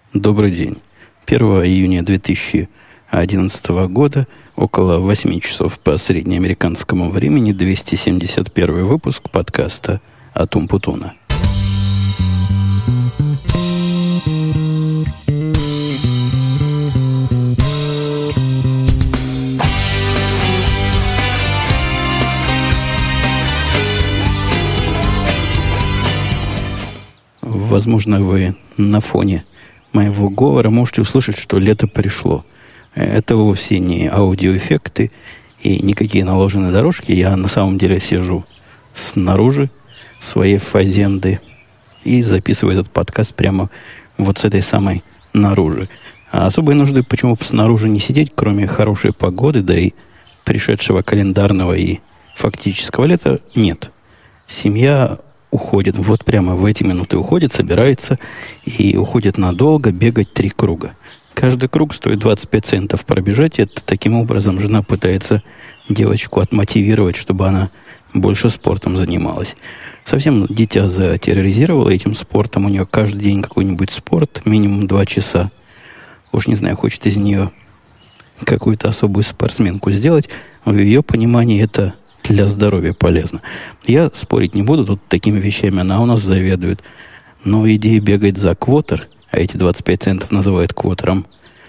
Добрый день. 1 июня 2011 года, около 8 часов по среднеамериканскому времени, 271 выпуск подкаста от Умпутуна. Возможно, вы на фоне моего говора можете услышать, что лето пришло. Это вовсе не аудиоэффекты и никакие наложенные дорожки. Я на самом деле сижу снаружи своей фазенды и записываю этот подкаст прямо вот с этой самой наружи. А особой нужды почему бы снаружи не сидеть, кроме хорошей погоды, да и пришедшего календарного и фактического лета, нет. Семья уходит, вот прямо в эти минуты уходит, собирается и уходит надолго бегать 3 круга. Каждый круг стоит 25 центов пробежать. Это таким образом жена пытается девочку отмотивировать, чтобы она больше спортом занималась. Совсем дитя затерроризировало этим спортом. У нее каждый день какой-нибудь спорт, минимум 2 часа. Уж не знаю, хочет из нее какую-то особую спортсменку сделать. В ее понимании это для здоровья полезно. Я спорить не буду, тут такими вещами она у нас заведует. Но идея бегать за квотер, а эти 25 центов называют квотером,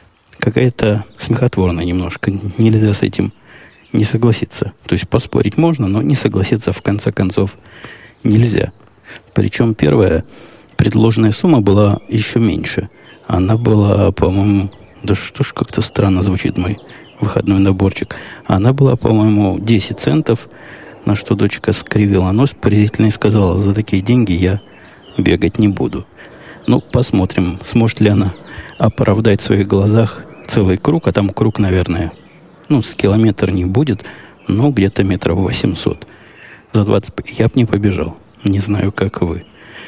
какая-то смехотворная немножко. Нельзя с этим не согласиться. То есть поспорить можно, но не согласиться в конце концов нельзя. Причем первая предложенная сумма была еще меньше. Она была, по-моему, да что ж как-то странно звучит мой выходной наборчик. Она была, по-моему, 10 центов, на что дочка скривила нос, презрительно и сказала: за такие деньги я бегать не буду. Ну, посмотрим, сможет ли она оправдать в своих глазах целый круг, а там круг, наверное, с километр не будет, но где-то метров 800. За 20 я бы не побежал. Не знаю, как вы.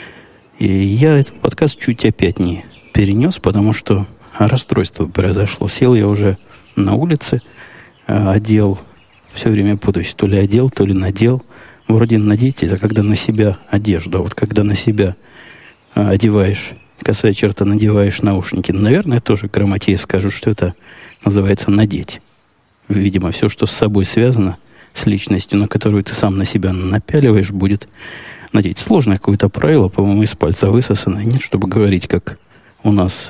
И я этот подкаст чуть опять не перенес, потому что расстройство произошло. Сел я уже на улице, одел, все время путаюсь, то ли одел, то ли надел. Вроде надеть, это когда на себя одежду, а вот когда на себя одеваешь, косая черта, надеваешь наушники, наверное, тоже грамотеи скажут, что это называется надеть. Видимо, все, что с собой связано, с личностью, на которую ты сам на себя напяливаешь, будет надеть. Сложное какое-то правило, по-моему, из пальца высосано. Нет, чтобы говорить, как у нас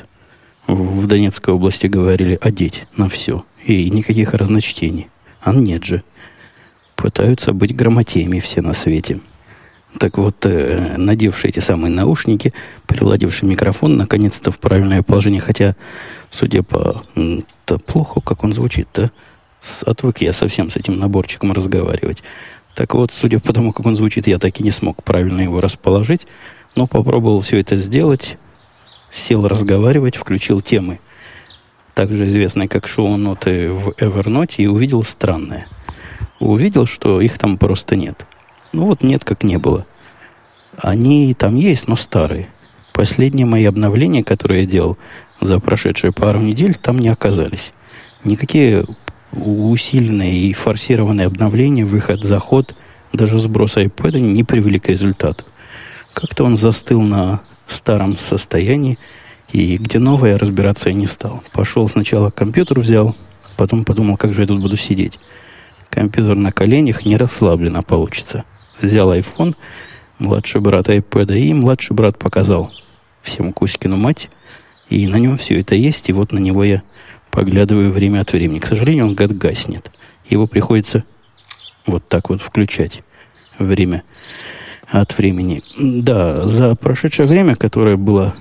в Донецкой области говорили, одеть на все. И никаких разночтений. А нет же. Пытаются быть грамотеями все на свете. Так вот, надевшие эти самые наушники, приладивший микрофон, наконец-то в правильное положение. Хотя, судя по... Да плохо, как он звучит, да? Отвык я совсем с этим наборчиком разговаривать. Так вот, судя по тому, как он звучит, я так и не смог правильно его расположить. Но попробовал все это сделать. Сел разговаривать, включил темы, также известные как шоу-ноты в Evernote, и увидел странное. Увидел, что их там просто нет. Нет, как не было. Они там есть, но старые. Последние мои обновления, которые я делал за прошедшие пару недель, там не оказались. Никакие усиленные и форсированные обновления, выход, заход, даже сброс iPad не привели к результату. Как-то он застыл на старом состоянии, и где новое, разбираться я не стал. Пошел сначала компьютер взял, потом подумал, как же я тут буду сидеть. Компьютер на коленях, не расслабленно получится. Взял iPhone, младший брат iPad, и младший брат показал всем Кузькину мать, и на нем все это есть, и вот на него я поглядываю время от времени. К сожалению, он гаснет. Его приходится вот так вот включать время от времени. Да, за прошедшее время, которое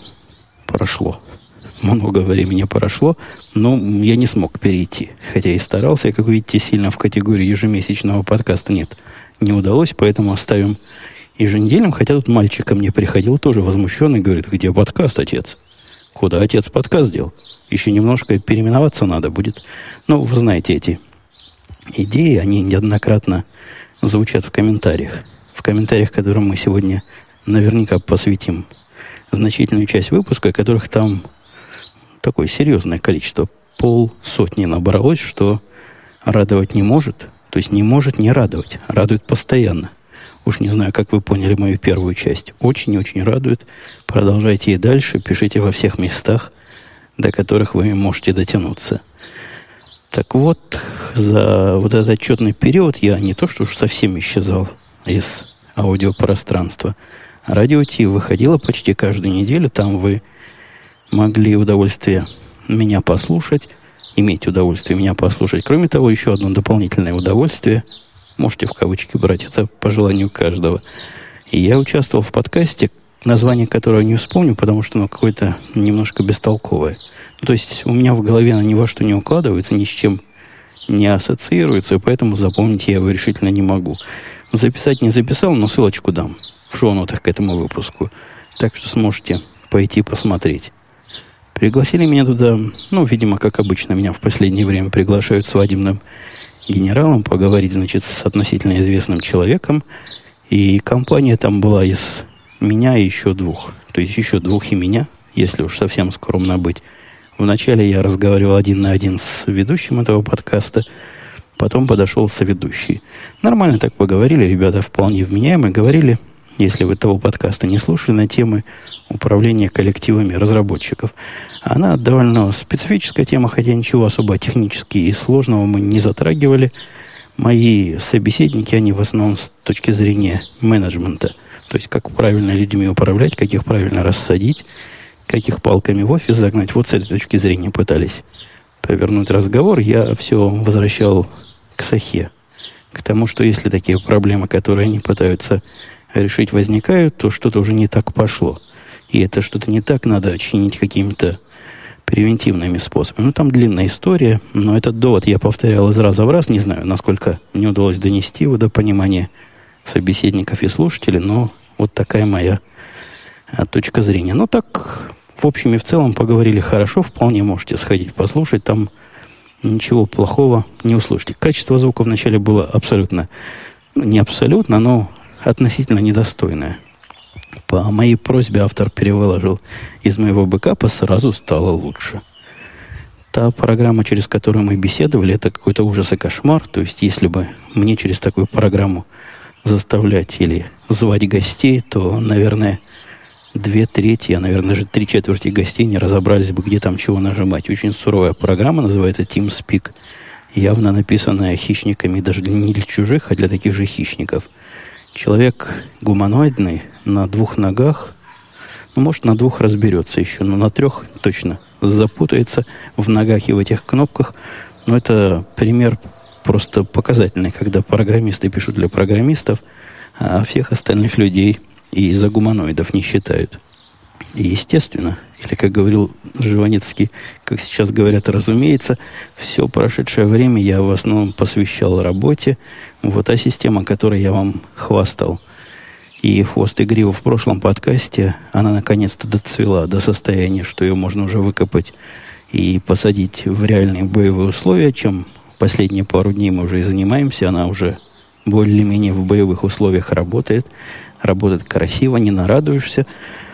прошло, много времени прошло, но я не смог перейти. Хотя и старался, как видите, сильно в категории ежемесячного подкаста не удалось, поэтому оставим еженедельным. Хотя тут мальчик ко мне приходил, тоже возмущенный, говорит: где подкаст, отец? Куда отец подкаст делал? Еще немножко переименоваться надо будет. Вы знаете, эти идеи, они неоднократно звучат в комментариях. В комментариях, которым мы сегодня наверняка посвятим значительную часть выпуска, которых там такое серьезное количество, 50 набралось, что радовать не может. То есть не может не радовать. Радует постоянно. Уж не знаю, как вы поняли мою первую часть. Очень-очень радует. Продолжайте и дальше. Пишите во всех местах, до которых вы можете дотянуться. Так вот, за вот этот отчетный период я не то что уж совсем исчезал из аудиопространства. Радио Ти выходило почти каждую неделю. Там вы могли удовольствие меня послушать, иметь удовольствие меня послушать. Кроме того, еще одно дополнительное удовольствие. Можете в кавычки брать, это по желанию каждого. И я участвовал в подкасте, название которого не вспомню, потому что оно какое-то немножко бестолковое. То есть у меня в голове оно ни во что не укладывается, ни с чем не ассоциируется, и поэтому запомнить я его решительно не могу. Записать не записал, но ссылочку дам в шоу-нотах к этому выпуску. Так что сможете пойти посмотреть. Пригласили меня туда, видимо, как обычно, меня в последнее время приглашают свадебным генералом поговорить, значит, с относительно известным человеком. И компания там была из меня и еще двух. То есть еще двух и меня, если уж совсем скромно быть. Вначале я разговаривал 1 на 1 с ведущим этого подкаста, потом подошел соведущий. Нормально так поговорили, ребята вполне вменяемые. Говорили, если вы того подкаста не слушали, на темы управления коллективами разработчиков. Она довольно специфическая тема, хотя ничего особо технически и сложного мы не затрагивали. Мои собеседники, они в основном с точки зрения менеджмента. То есть, как правильно людьми управлять, как их правильно рассадить, как их палками в офис загнать. Вот с этой точки зрения пытались повернуть разговор. Я все возвращал к Сахе. К тому, что если такие проблемы, которые они пытаются решить, возникают, то что-то уже не так пошло. И это что-то не так надо чинить какими-то превентивными способами. Там длинная история, но этот довод я повторял из раза в раз. Не знаю, насколько мне удалось донести его до понимания собеседников и слушателей, но вот такая моя точка зрения. Так, в общем и в целом, поговорили хорошо. Вполне можете сходить послушать. Там ничего плохого не услышите. Качество звука вначале было абсолютно, не абсолютно, но относительно недостойное. По моей просьбе автор перевыложил из моего бэкапа, сразу стало лучше. Та программа, через которую мы беседовали, это какой-то ужас и кошмар. То есть, если бы мне через такую программу заставлять или звать гостей, то, наверное, 2/3, а, наверное, даже 3/4 гостей не разобрались бы, где там чего нажимать. Очень суровая программа, называется TeamSpeak. Явно написанная хищниками даже не для чужих, а для таких же хищников. Человек гуманоидный, на 2 ногах, может, на 2 разберется еще, но на 3 точно запутается в ногах и в этих кнопках. Но это пример просто показательный, когда программисты пишут для программистов, а всех остальных людей и за гуманоидов не считают. И естественно, или, как говорил Жванецкий, как сейчас говорят, разумеется, все прошедшее время я в основном посвящал работе. Вот та система, которой я вам хвастал, и хвост и гриву в прошлом подкасте, она наконец-то доцвела до состояния, что ее можно уже выкопать и посадить в реальные боевые условия, чем последние пару дней мы уже и занимаемся. Она уже более-менее в боевых условиях работает. Работает красиво, не нарадуешься.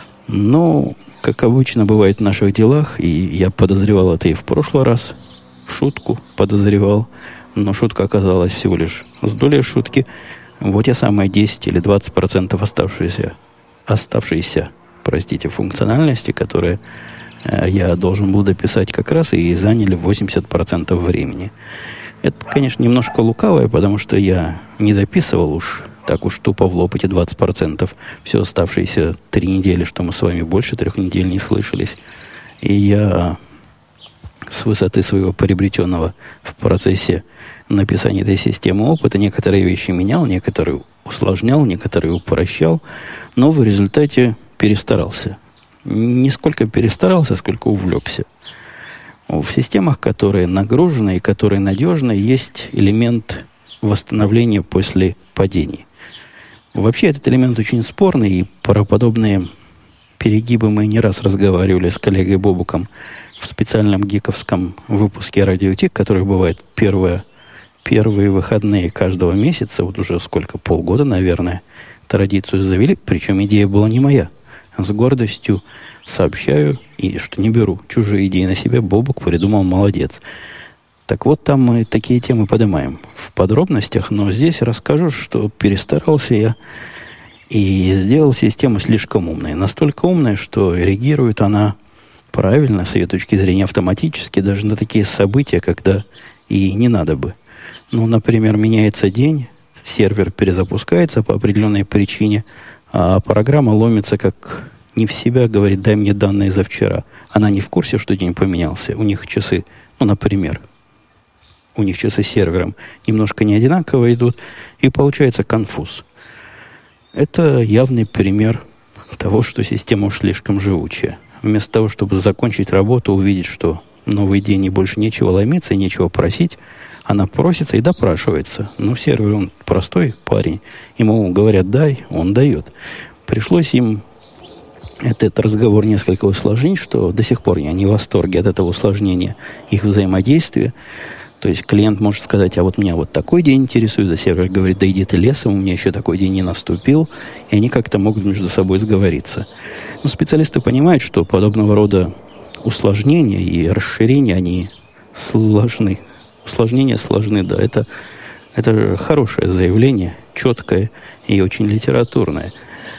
Но, как обычно бывает в наших делах, и я подозревал это и в прошлый раз, в шутку подозревал, но шутка оказалась всего лишь с долей шутки. Вот те самые 10 или 20% оставшиеся, функциональности, которые я должен был дописать как раз, и заняли 80% времени. Это, конечно, немножко лукавое, потому что я не дописывал уж так уж тупо в лоб эти 20%. Все оставшиеся 3 недели, что мы с вами больше 3 недель не слышались. И я с высоты своего приобретенного в процессе написания этой системы опыта некоторые вещи менял, некоторые усложнял, некоторые упрощал, но в результате перестарался. Не сколько перестарался, сколько увлекся. В системах, которые нагружены и которые надежны, есть элемент восстановления после падений. Вообще этот элемент очень спорный, и про подобные перегибы мы не раз разговаривали с коллегой Бобуком в специальном гиковском выпуске Радио Ти, который бывает первые выходные каждого месяца, вот уже полгода, наверное, традицию завели, причем идея была не моя. С гордостью сообщаю, и что не беру чужие идеи на себя, Бобук придумал, молодец. Так вот, там мы такие темы поднимаем в подробностях, но здесь расскажу, что перестарался я и сделал систему слишком умной. Настолько умной, что реагирует она правильно, с ее точки зрения, автоматически, даже на такие события, когда и не надо бы. Ну, например, меняется день, сервер перезапускается по определенной причине, а программа ломится как не в себя, говорит, дай мне данные за вчера. Она не в курсе, что день поменялся. У них часы, ну, например, у них часы с сервером немножко не одинаково идут, и получается конфуз. Это явный пример того, что система уж слишком живучая. Вместо того, чтобы закончить работу, увидеть, что новый день и больше нечего ломиться, и нечего просить, она просится и допрашивается. Ну, сервер, он простой парень. Ему говорят, дай, он дает. Пришлось им этот разговор несколько усложнить, что до сих пор я не в восторге от этого усложнения их взаимодействия. То есть клиент может сказать, а вот меня вот такой день интересует, а сервер говорит, да иди ты лесом, у меня еще такой день не наступил, и они как-то могут между собой сговориться. Но специалисты понимают, что подобного рода усложнения и расширения, они сложны. Усложнения сложны, да, это хорошее заявление, четкое и очень литературное.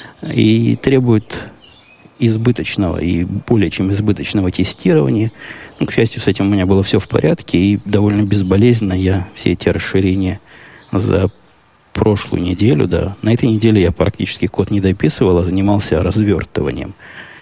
И требует избыточного и более чем избыточного тестирования. Ну, к счастью, с этим у меня было все в порядке, и довольно безболезненно я все эти расширения за прошлую неделю, да, на этой неделе я практически код не дописывал, а занимался развертыванием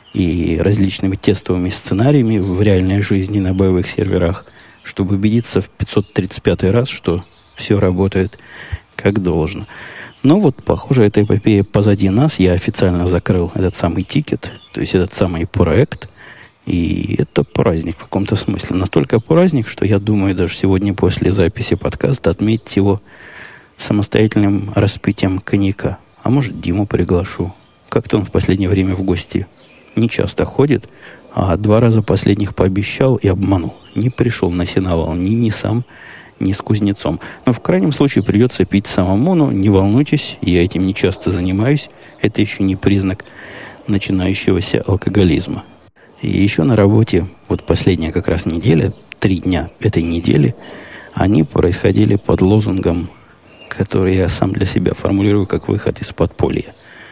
и различными тестовыми сценариями в реальной жизни на боевых серверах, чтобы убедиться в 535 раз, что все работает как должно. Но вот, похоже, эта эпопея позади нас. Я официально закрыл этот самый тикет, то есть этот самый проект. И это праздник в каком-то смысле. Настолько праздник, что я думаю, даже сегодня после записи подкаста отметить его самостоятельным распитием коньяка. А может, Диму приглашу. Как-то он в последнее время в гости не часто ходит, а 2 раза последних пообещал и обманул. Не пришел на сеновал ни сам, ни с кузнецом. Но в крайнем случае придется пить самому, но не волнуйтесь, я этим не часто занимаюсь. Это еще не признак начинающегося алкоголизма. И еще на работе, вот последняя как раз неделя, 3 дня этой недели, они происходили под лозунгом, который я сам для себя формулирую как выход из подполья.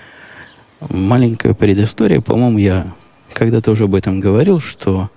Маленькая предыстория, по-моему, я когда-то уже об этом говорил, что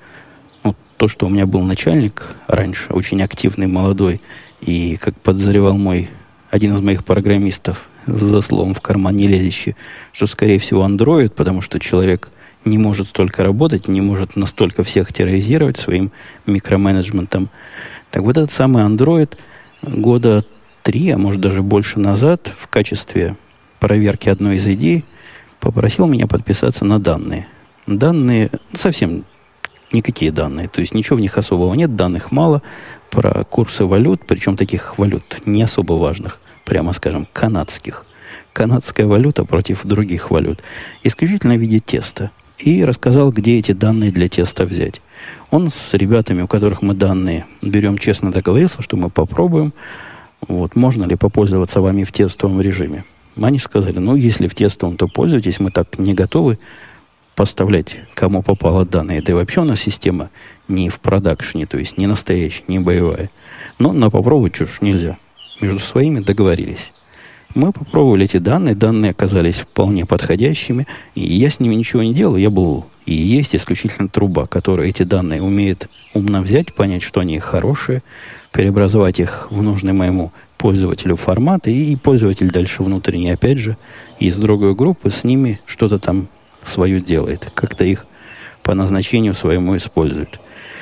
то, что у меня был начальник раньше, очень активный, молодой, и, как подозревал один из моих программистов, за словом в карман не лезущий, что, скорее всего, андроид, потому что человек не может столько работать, не может настолько всех терроризировать своим микроменеджментом. Так вот этот самый андроид года 3, а может даже больше назад, в качестве проверки одной из идей, попросил меня подписаться на данные. Данные совсем никакие данные, то есть ничего в них особого нет, данных мало, про курсы валют, причем таких валют не особо важных, прямо скажем, канадских. Канадская валюта против других валют, исключительно в виде теста. И рассказал, где эти данные для теста взять. Он с ребятами, у которых мы данные берем, честно договорился, что мы попробуем, вот, можно ли попользоваться вами в тестовом режиме. Они сказали, если в тестовом, то пользуйтесь, мы так не готовы поставлять, кому попало данные. Да и вообще у нас система не в продакшене, то есть не настоящая, не боевая. Но на попробовать чушь нельзя. Между своими договорились. Мы попробовали эти данные оказались вполне подходящими, и я с ними ничего не делал. Я был и есть исключительно труба, которая эти данные умеет умно взять, понять, что они хорошие, преобразовать их в нужный моему пользователю формат, и пользователь дальше внутренний, опять же, из другой группы с ними что-то там свое делает, как-то их по назначению своему использует.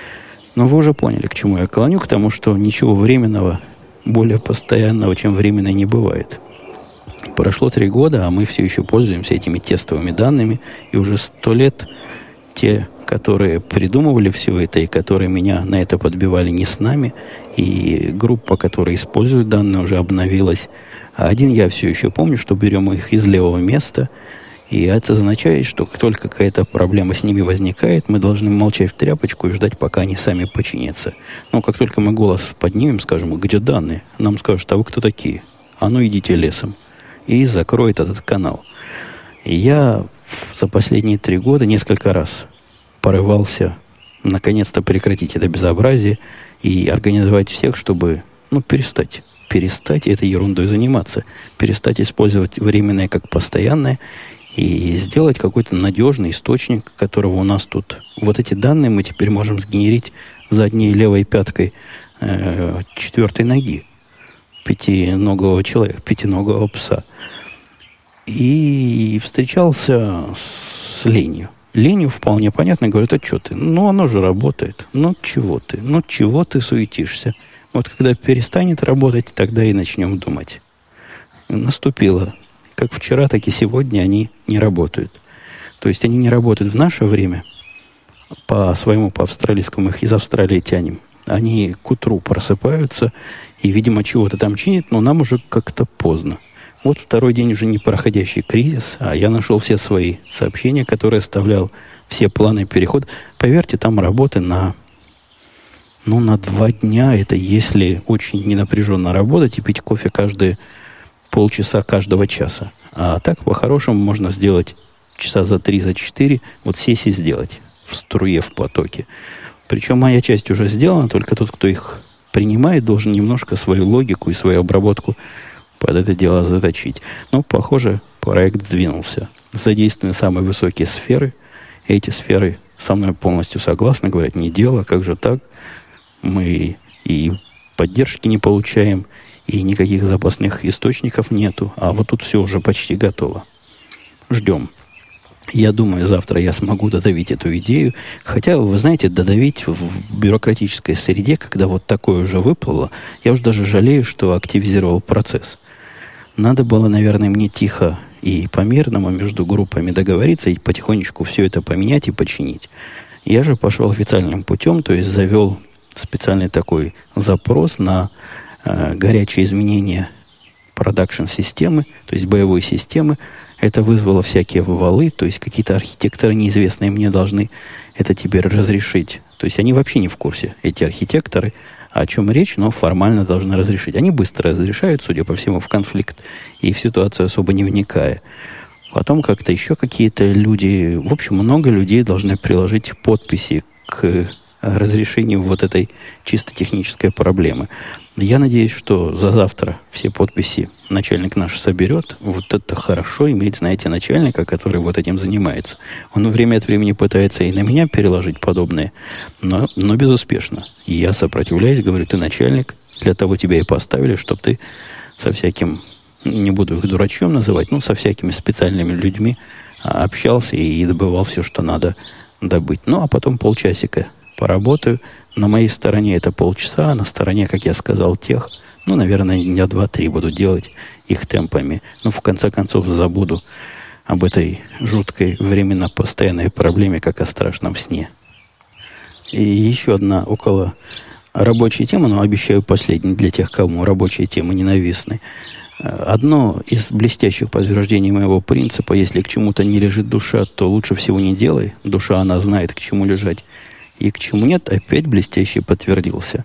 Но вы уже поняли, к чему я клоню, к тому, что ничего временного, более постоянного, чем временное, не бывает. Прошло 3 года, а мы все еще пользуемся этими тестовыми данными, и уже 100 лет те, которые придумывали все это, и которые меня на это подбивали, не с нами, и группа, которая использует данные, уже обновилась. А один я все еще помню, что берем их из левого места, и это означает, что как только какая-то проблема с ними возникает, мы должны молчать в тряпочку и ждать, пока они сами починятся. Но как только мы голос поднимем, скажем, где данные, нам скажут, а вы кто такие? А ну идите лесом. И закроет этот канал. И я за последние 3 года несколько раз порывался наконец-то прекратить это безобразие и организовать всех, чтобы перестать этой ерундой заниматься, перестать использовать временное как постоянное и сделать какой-то надежный источник, которого у нас тут. Вот эти данные мы теперь можем сгенерить задней левой пяткой четвертой ноги пятиногого человека, пятиногого пса. И встречался с ленью. Ленью вполне понятно, говорит, а что ты? Оно же работает. Чего ты суетишься? Вот когда перестанет работать, тогда и начнем думать. Наступило. Как вчера, так и сегодня они не работают. То есть они не работают в наше время. По австралийскому их из Австралии тянем. Они к утру просыпаются и, видимо, чего-то там чинят, но нам уже как-то поздно. Вот второй день уже не проходящий кризис, а я нашел все свои сообщения, которые оставлял, все планы перехода. Поверьте, там работы на 2 дня. Это если очень ненапряженно работать и пить кофе каждые полчаса каждого часа. А так, по-хорошему, можно сделать часа за 3, за 4, вот сессии сделать в струе, в потоке. Причем моя часть уже сделана, только тот, кто их принимает, должен немножко свою логику и свою обработку под это дело заточить. Похоже, проект сдвинулся. Задействованы самые высокие сферы. Эти сферы со мной полностью согласны, говорят, не дело, как же так? Мы и поддержки не получаем, и никаких запасных источников нету. А вот тут все уже почти готово. Ждем. Я думаю, завтра я смогу додавить эту идею. Хотя, вы знаете, додавить в бюрократической среде, когда вот такое уже выплыло, я уж даже жалею, что активизировал процесс. Надо было, наверное, мне тихо и по-мирному между группами договориться и потихонечку все это поменять и починить. Я же пошел официальным путем, то есть завел специальный такой запрос на горячие изменения продакшн-системы, то есть боевой системы. Это вызвало всякие валы, то есть какие-то архитекторы неизвестные мне должны это теперь разрешить. То есть они вообще не в курсе, эти архитекторы, о чем речь, но формально должны разрешить. Они быстро разрешают, судя по всему, в конфликт и в ситуацию особо не вникая. Потом как-то еще какие-то люди, в общем, много людей должны приложить подписи к разрешению вот этой чисто технической проблемы. Я надеюсь, что за завтра все подписи начальник наш соберет. Вот это хорошо, иметь, знаете, начальника, который вот этим занимается. Он время от времени пытается и на меня переложить подобное, но безуспешно. И я сопротивляюсь, говорю, ты начальник, для того тебя и поставили, чтобы ты со всяким, не буду их дурачьем называть, со всякими специальными людьми общался и добывал все, что надо добыть. А потом полчасика поработаю. На моей стороне это полчаса, а на стороне, как я сказал, тех, наверное, дня 2-3 буду делать их темпами. В конце концов, забуду об этой жуткой временно постоянной проблеме, как о страшном сне. И еще одна около рабочей темы, но обещаю последней для тех, кому рабочие темы ненавистны. Одно из блестящих подтверждений моего принципа: если к чему-то не лежит душа, то лучше всего не делай. Душа, она знает, к чему лежать и к чему нет, опять блестяще подтвердился.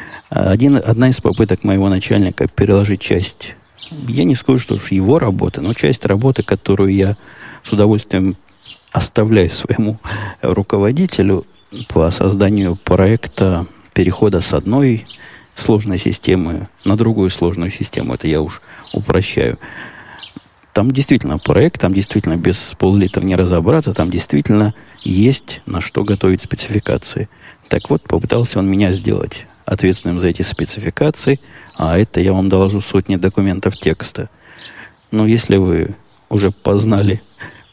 Одна из попыток моего начальника переложить часть, я не скажу, что уж его работы, но часть работы, которую я с удовольствием оставляю своему руководителю по созданию проекта перехода с одной сложной системы на другую сложную систему. Это я уж упрощаю. Там действительно проект, там действительно без пол-литра не разобраться, там действительно есть на что готовить спецификации. Так вот, попытался он меня сделать ответственным за эти спецификации, а это я вам доложу сотни документов текста. Но если вы уже познали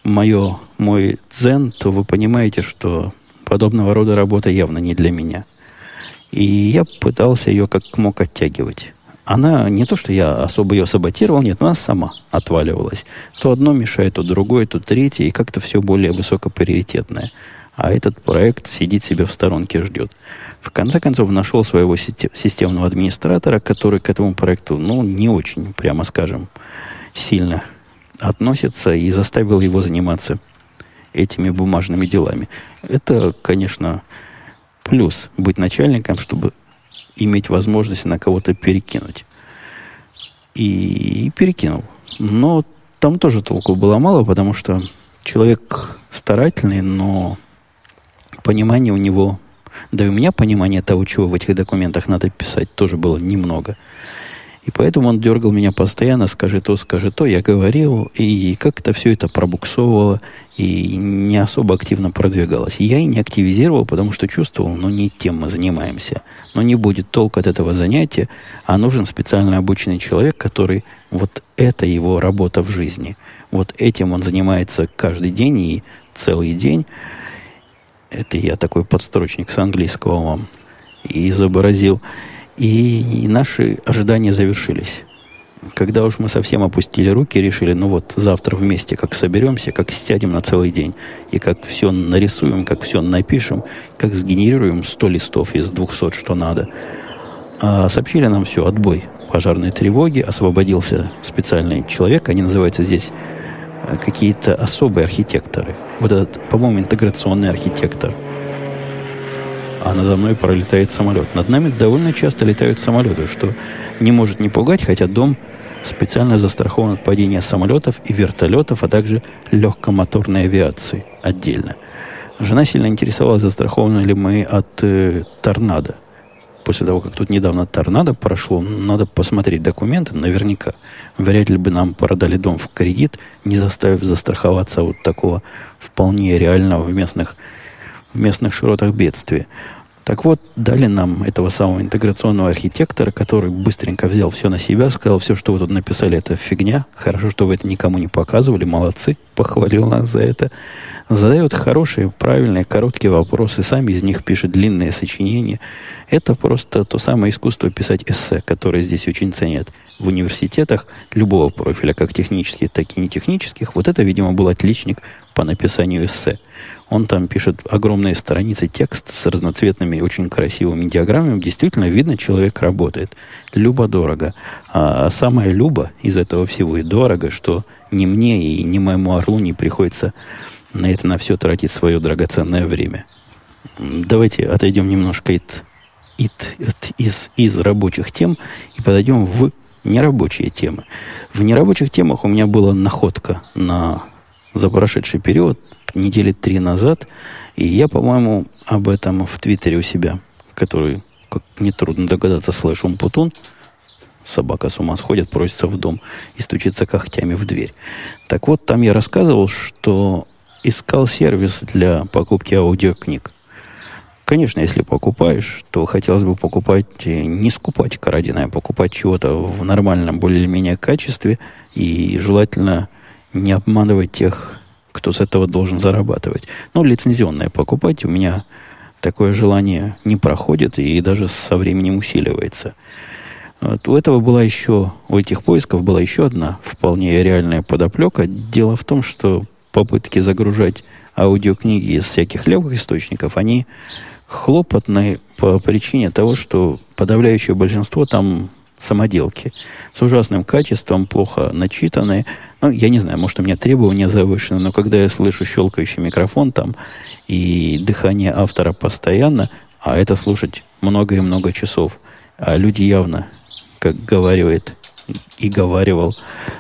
мой дзен, то вы понимаете, что подобного рода работа явно не для меня. И я пытался ее как мог оттягивать. Она не то, что я особо ее саботировал, нет, она сама отваливалась. То одно мешает, то другое, то третье, и как-то все более высокоприоритетное. А этот проект сидит себе в сторонке, ждет. В конце концов, нашел своего системного администратора, который к этому проекту, не очень, прямо скажем, сильно относится, и заставил его заниматься этими бумажными делами. Это, конечно, плюс быть начальником, чтобы иметь возможность на кого-то перекинуть. И перекинул. Но там тоже толку было мало, потому что человек старательный, но понимания у него Да и у меня понимание того, чего в этих документах надо писать, тоже было немного. И поэтому он дергал меня постоянно, скажи то, я говорил, и как-то все это пробуксовывало, и не особо активно продвигалось. Я и не активизировал, потому что чувствовал, не тем мы занимаемся. Но не будет толка от этого занятия, а нужен специально обученный человек, который вот это его работа в жизни. Вот этим он занимается каждый день и целый день. Это я такой подстрочник с английского вам изобразил. И наши ожидания завершились. Когда уж мы совсем опустили руки, решили, завтра вместе как соберемся, как сядем на целый день, и как все нарисуем, как все напишем, как сгенерируем 100 листов из 200, что надо. Сообщили нам все, отбой пожарной тревоги, освободился специальный человек, они называются здесь какие-то особые архитекторы. Вот этот, по-моему, интеграционный архитектор. А надо мной пролетает самолет. Над нами довольно часто летают самолеты, что не может не пугать, хотя дом специально застрахован от падения самолетов и вертолетов, а также легкомоторной авиации отдельно. Жена сильно интересовалась, застрахованы ли мы от торнадо. После того, как тут недавно торнадо прошло, надо посмотреть документы, наверняка. Вряд ли бы нам продали дом в кредит, не заставив застраховаться вот такого вполне реального в местных широтах бедствия. Так вот, дали нам этого самого интеграционного архитектора, который быстренько взял все на себя, сказал, все, что вы тут написали, это фигня. Хорошо, что вы это никому не показывали, молодцы, похвалил нас за это. Задает хорошие, правильные, короткие вопросы, сами из них пишет длинные сочинения. Это просто то самое искусство писать эссе, которое здесь очень ценят в университетах любого профиля, как технических, так и нетехнических. Вот это, видимо, был отличник по написанию эссе. Он там пишет огромные страницы текста с разноцветными, очень красивыми диаграммами. Действительно, видно, человек работает. Любо-дорого. А самое любо из этого всего и дорого, что ни мне и ни моему орлу не приходится на все тратить свое драгоценное время. Давайте отойдем немножко из рабочих тем и подойдем в нерабочие темы. В нерабочих темах у меня была находка за прошедший период, недели 3 назад, и я, по-моему, об этом в Твиттере у себя, который, как нетрудно догадаться, /Умпутун, собака с ума сходит, просится в дом и стучится когтями в дверь. Так вот, там я рассказывал, что искал сервис для покупки аудиокниг. Конечно, если покупаешь, то хотелось бы не скупать краденое, а покупать чего-то в нормальном, более-менее качестве, и желательно не обманывать тех, кто с этого должен зарабатывать. Лицензионное покупать у меня такое желание не проходит и даже со временем усиливается. У этих поисков была еще одна вполне реальная подоплека. Дело в том, что попытки загружать аудиокниги из всяких левых источников, они хлопотны по причине того, что подавляющее большинство там самоделки с ужасным качеством, плохо начитанные. Я не знаю, может, у меня требования завышены, но когда я слышу щелкающий микрофон там и дыхание автора постоянно, а это слушать много и много часов, а люди явно, как говаривает и говаривал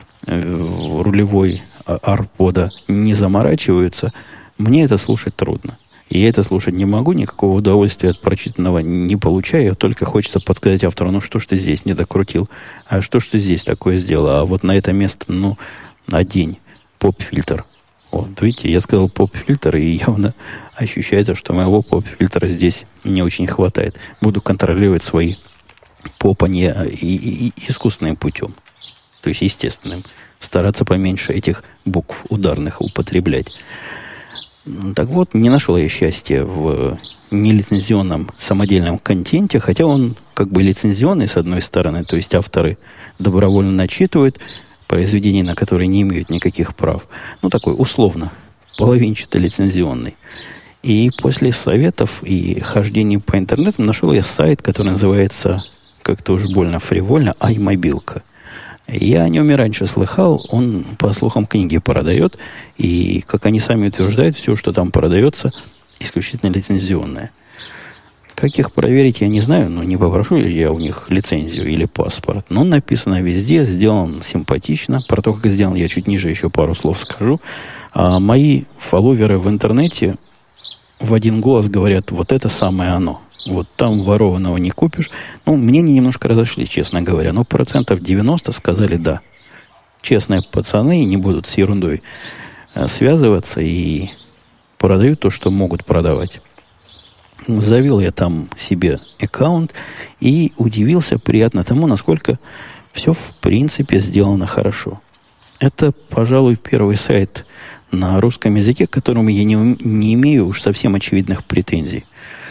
рулевой арпода, не заморачиваются, мне это слушать трудно. И я это слушать не могу, никакого удовольствия от прочитанного не получаю, только хочется подсказать автору, что ж ты здесь не докрутил, а что ж ты здесь такое сделал, а вот на это место, одень поп-фильтр. Вот, видите, я сказал поп-фильтр, и явно ощущается, что моего поп-фильтра здесь не очень хватает. Буду контролировать свои попания и искусственным путем, то есть естественным. Стараться поменьше этих букв ударных употреблять. Так вот, не нашел я счастья в нелицензионном самодельном контенте, хотя он как бы лицензионный, с одной стороны, то есть авторы добровольно начитывают произведения, на которые не имеют никаких прав. Такой условно, половинчато лицензионный. И после советов и хождений по интернету нашел я сайт, который называется, как-то уж больно фривольно, iMobilka. Я о нем и раньше слыхал, он, по слухам, книги продает, и, как они сами утверждают, все, что там продается, исключительно лицензионное. Как их проверить, я не знаю, не попрошу ли я у них лицензию или паспорт. Но написано везде, сделан симпатично. Про то, как сделан, я чуть ниже еще пару слов скажу. А мои фолловеры в интернете в один голос говорят, вот это самое оно. Вот там ворованного не купишь. Ну, мнения немножко разошлись, честно говоря. Но 90% сказали да. Честные пацаны не будут с ерундой связываться и продают то, что могут продавать. Завел я там себе аккаунт и удивился приятно тому, насколько все в принципе сделано хорошо. Это, пожалуй, первый сайт на русском языке, к которому я не имею уж совсем очевидных претензий.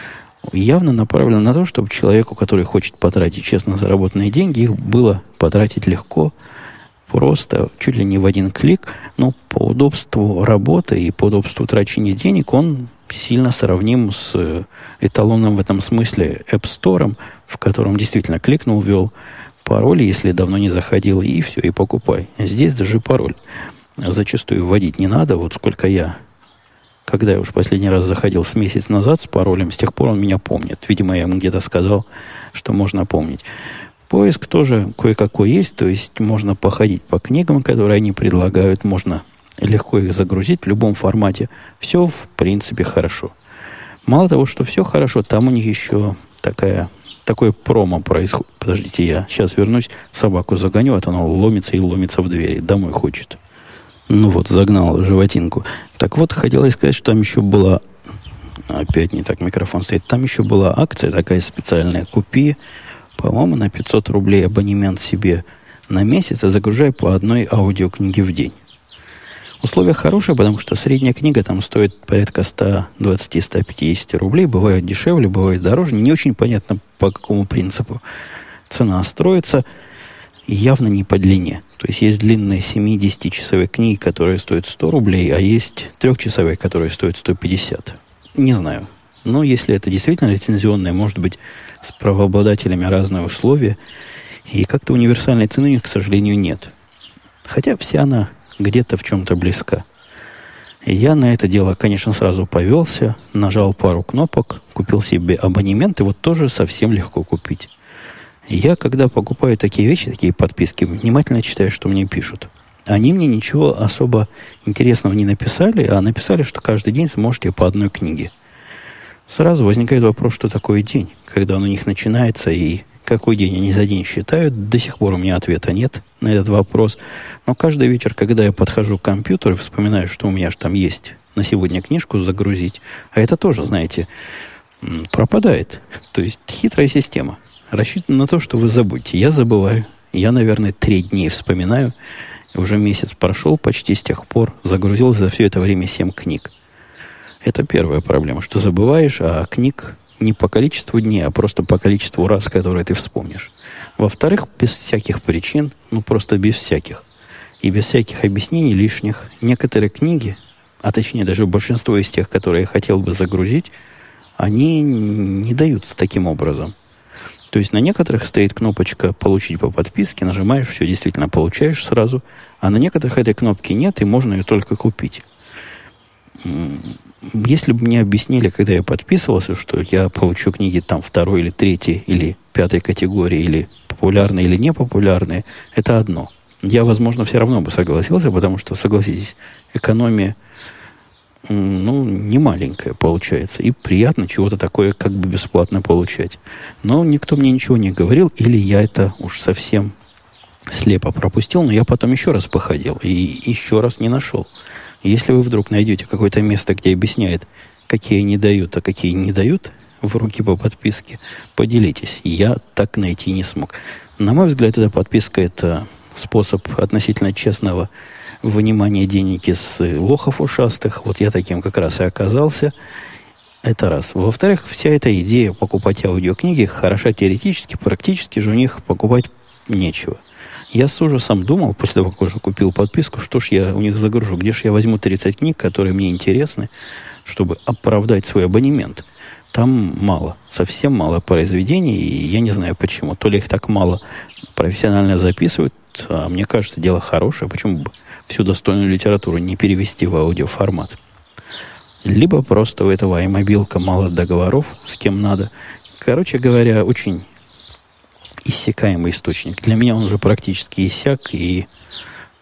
Явно направлено на то, чтобы человеку, который хочет потратить честно заработанные деньги, их было потратить легко, просто, чуть ли не в один клик, но по удобству работы и по удобству трачения денег он сильно сравним с эталонным в этом смысле App Store, в котором действительно кликнул, ввел пароль, если давно не заходил, и все, и покупай. Здесь даже пароль зачастую вводить не надо. Вот сколько когда я уж последний раз заходил с месяц назад с паролем, с тех пор он меня помнит. Видимо, я ему где-то сказал, что можно помнить. Поиск тоже кое-какой есть, то есть можно походить по книгам, которые они предлагают, можно легко их загрузить в любом формате. Все, в принципе, хорошо. Мало того, что все хорошо, там у них еще такое промо происходит. Подождите, я сейчас вернусь, собаку загоню, а то она ломится и ломится в двери. Домой хочет. Ну вот, загнал животинку. Так вот, хотелось сказать, что там еще была... Опять не так микрофон стоит. Там еще была акция такая специальная. Купи, по-моему, на 500 рублей абонемент себе на месяц и загружай по одной аудиокниге в день. Условия хорошие, потому что средняя книга там стоит порядка 120-150 рублей. Бывает дешевле, бывает дороже. Не очень понятно, по какому принципу цена строится. И явно не по длине. То есть есть длинные 7-10-часовые книги, которые стоят 100 рублей, а есть 3-часовые, которые стоят 150. Не знаю. Но если это действительно лицензионное, может быть, с правообладателями разные условия. И как-то универсальной цены у них, к сожалению, нет. Хотя вся она где-то в чем-то близка. И я на это дело, конечно, сразу повелся, нажал пару кнопок, купил себе абонемент, и вот тоже совсем легко купить. Я, когда покупаю такие вещи, такие подписки, внимательно читаю, что мне пишут. Они мне ничего особо интересного не написали, а написали, что каждый день сможете по одной книге. Сразу возникает вопрос, что такое день, когда он у них начинается, и какой день они за день считают. До сих пор у меня ответа нет на этот вопрос. Но каждый вечер, когда я подхожу к компьютеру и вспоминаю, что у меня же там есть на сегодня книжку загрузить, а это тоже, знаете, пропадает. То есть хитрая система. Рассчитана на то, что вы забудете. Я забываю. Я, наверное, 3 дней вспоминаю. Уже месяц прошел почти с тех пор. Загрузил за все это время 7 книг. Это первая проблема, что забываешь, а книг не по количеству дней, а просто по количеству раз, которые ты вспомнишь. Во-вторых, без всяких причин, просто без всяких. И без всяких объяснений лишних. Некоторые книги, а точнее даже большинство из тех, которые я хотел бы загрузить, они не даются таким образом. То есть на некоторых стоит кнопочка «Получить по подписке», нажимаешь, все, действительно получаешь сразу, а на некоторых этой кнопки нет, и можно ее только купить. Если бы мне объяснили, когда я подписывался, что я получу книги там 2 или 3 или 5 категории, или популярные, или непопулярные, это одно. Я, возможно, все равно бы согласился, потому что, согласитесь, экономия не маленькая получается. И приятно чего-то такое как бы бесплатно получать. Но никто мне ничего не говорил, или я это уж совсем слепо пропустил, но я потом еще раз походил и еще раз не нашел. Если вы вдруг найдете какое-то место, где объясняет, какие они дают, а какие не дают в руки по подписке, поделитесь. Я так найти не смог. На мой взгляд, эта подписка – это способ относительно честного вынимания денег из лохов ушастых. Вот я таким как раз и оказался. Это раз. Во-вторых, вся эта идея покупать аудиокниги хороша теоретически, практически же у них покупать нечего. Я с ужасом думал, после того, как уже купил подписку, что ж я у них загружу, где ж я возьму 30 книг, которые мне интересны, чтобы оправдать свой абонемент. Там мало, совсем мало произведений, и я не знаю почему. То ли их так мало профессионально записывают, а мне кажется, дело хорошее. Почему бы всю достойную литературу не перевести в аудиоформат? Либо просто у этого iMobile мало договоров, с кем надо. Короче говоря, очень иссякаемый источник. Для меня он уже практически иссяк, и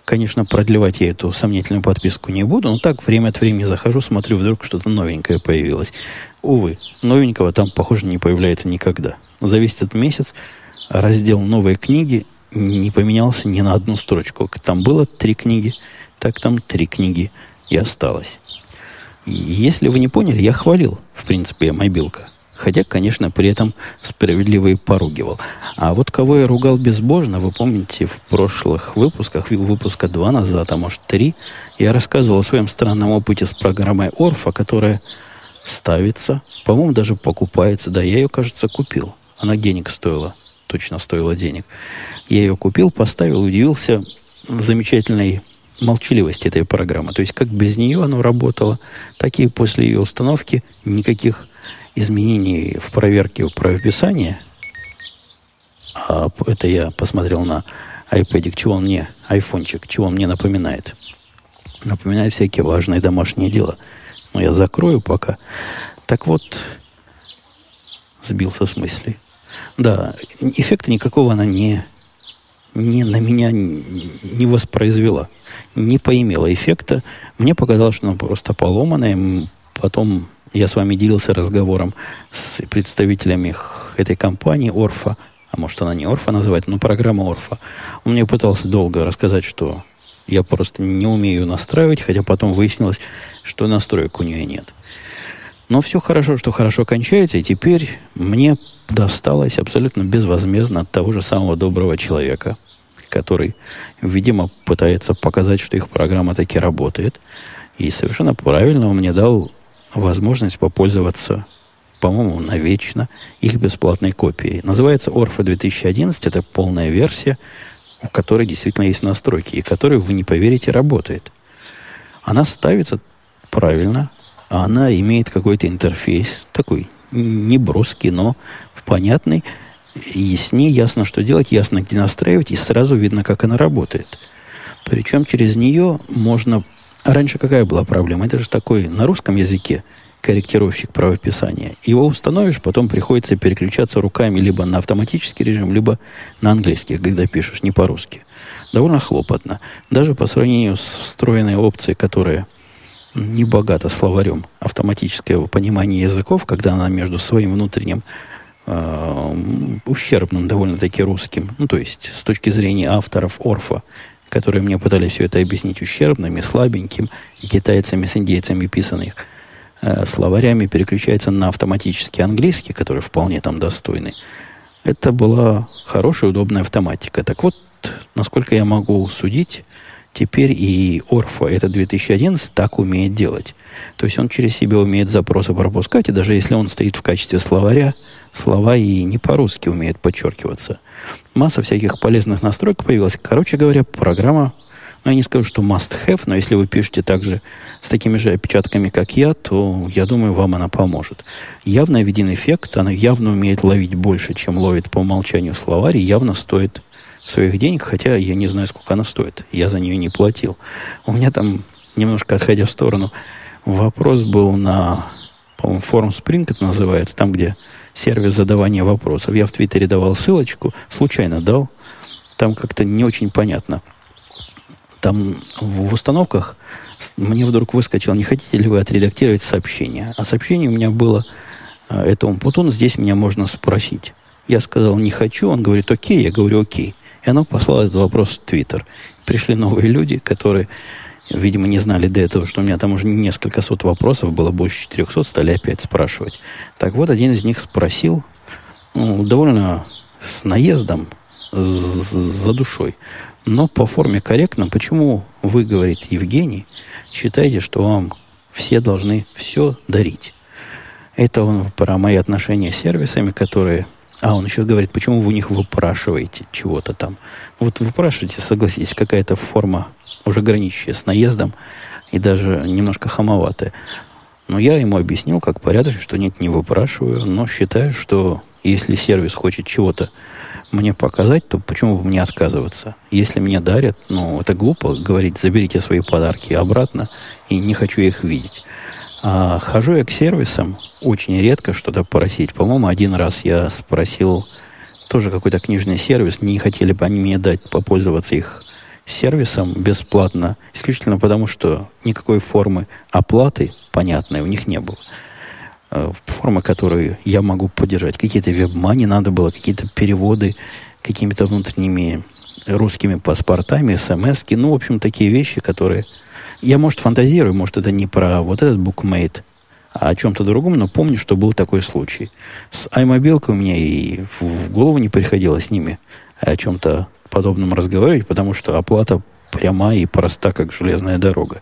Конечно, продлевать я эту сомнительную подписку не буду, но так время от времени захожу, смотрю, вдруг что-то новенькое появилось. Увы, новенького там, похоже, не появляется никогда. За весь этот месяц раздел «Новые книги» не поменялся ни на одну строчку. Там было 3 книги, так там 3 книги и осталось. И если вы не поняли, я хвалил, в принципе, мобилка. Хотя, конечно, при этом справедливо и поругивал. А вот кого я ругал безбожно, вы помните, в прошлых выпусках, выпуска 2 назад, а может 3, я рассказывал о своем странном опыте с программой Орфа, которая ставится, по-моему, даже покупается. Да, я ее, кажется, купил. Она денег стоила, точно стоила денег. Я ее купил, поставил, удивился замечательной молчаливости этой программы. То есть, как без нее она работала, так и после ее установки никаких изменений в проверке правописания. А это я посмотрел на iPad, чего он мне, айфончик, чего он мне напоминает. Напоминает всякие важные домашние дела. Но я закрою пока. Так вот, сбился с мысли. Да, эффекта никакого она на меня не воспроизвела. Не поимела эффекта. Мне показалось, что она просто поломанная. Потом я с вами делился разговором с представителями этой компании Орфа. А может, она не Орфа называется, но программа Орфа. Он мне пытался долго рассказать, что я просто не умею настраивать, хотя потом выяснилось, что настроек у нее нет. Но все хорошо, что хорошо кончается, и теперь мне досталось абсолютно безвозмездно от того же самого доброго человека, который, видимо, пытается показать, что их программа таки работает. И совершенно правильно он мне дал возможность попользоваться, по-моему, навечно их бесплатной копией. Называется Orfa 2011. Это полная версия, у которой действительно есть настройки, и которая, вы не поверите, работает. Она ставится правильно, а она имеет какой-то интерфейс, такой неброский, но понятный. И с ней ясно, что делать, ясно, где настраивать, и сразу видно, как она работает. Причем через нее можно... А раньше какая была проблема? Это же такой на русском языке корректировщик правописания. Его установишь, потом приходится переключаться руками либо на автоматический режим, либо на английский, когда пишешь, не по-русски. Довольно хлопотно. Даже по сравнению с встроенной опцией, которая не богата словарем автоматического понимания языков, когда она между своим внутренним ущербным довольно-таки русским, ну, то есть с точки зрения авторов Орфа, которые мне пытались все это объяснить ущербным и слабеньким, и китайцами с индейцами писанных словарями, переключается на автоматический английский, который вполне там достойный. Это была хорошая, удобная автоматика. Так вот, насколько я могу судить, теперь и Орфа, это 2011, так умеет делать. То есть он через себя умеет запросы пропускать, и даже если он стоит в качестве словаря, слова и не по-русски умеют подчеркиваться. Масса всяких полезных настроек появилась. Короче говоря, программа, ну, я не скажу, что must-have, но если вы пишете также с такими же опечатками, как я, то, я думаю, вам она поможет. Явно виден эффект, она явно умеет ловить больше, чем ловит по умолчанию словарь, и явно стоит своих денег, хотя я не знаю, сколько она стоит. Я за нее не платил. У меня там, немножко отходя в сторону, вопрос был на, по-моему, форум Spring это называется, там, где сервис задавания вопросов. Я в Твиттере давал ссылочку, случайно дал. Там как-то не очень понятно. Там в установках мне вдруг выскочило, не хотите ли вы отредактировать сообщение? А сообщение у меня было, это Умпутун, здесь меня можно спросить. Я сказал, не хочу, он говорит, окей, я говорю, окей. И оно послало этот вопрос в Твиттер. Пришли новые люди, которые, видимо, не знали до этого, что у меня там уже несколько сот вопросов, было больше 400, стали опять спрашивать. Так вот, один из них спросил, довольно с наездом, за душой, но по форме корректно, почему вы, говорит Евгений, считаете, что вам все должны все дарить? Это он про мои отношения с сервисами, которые... он еще говорит, почему вы у них выпрашиваете чего-то там. Вот выпрашиваете, согласитесь, какая-то форма, уже граничащая с наездом и даже немножко хамоватая. Но я ему объяснил, как порядочно, что нет, не выпрашиваю, но считаю, что если сервис хочет чего-то мне показать, то почему бы мне отказываться? Если мне дарят, это глупо говорить, заберите свои подарки обратно, и не хочу их видеть. А хожу я к сервисам очень редко что-то просить. По-моему, один раз я спросил тоже какой-то книжный сервис, не хотели бы они мне дать попользоваться их сервисом бесплатно, исключительно потому, что никакой формы оплаты понятной у них не было. Формы, которые я могу поддержать. Какие-то веб-мани надо было, какие-то переводы какими-то внутренними русскими паспортами, смс-ки. Ну, в общем, такие вещи, которые... Я, может, фантазирую, может, это не про вот этот букмейт, а о чем-то другом, но помню, что был такой случай. С iMobile у меня и в голову не приходило с ними о чем-то подобном разговаривать, потому что оплата прямая и проста, как железная дорога.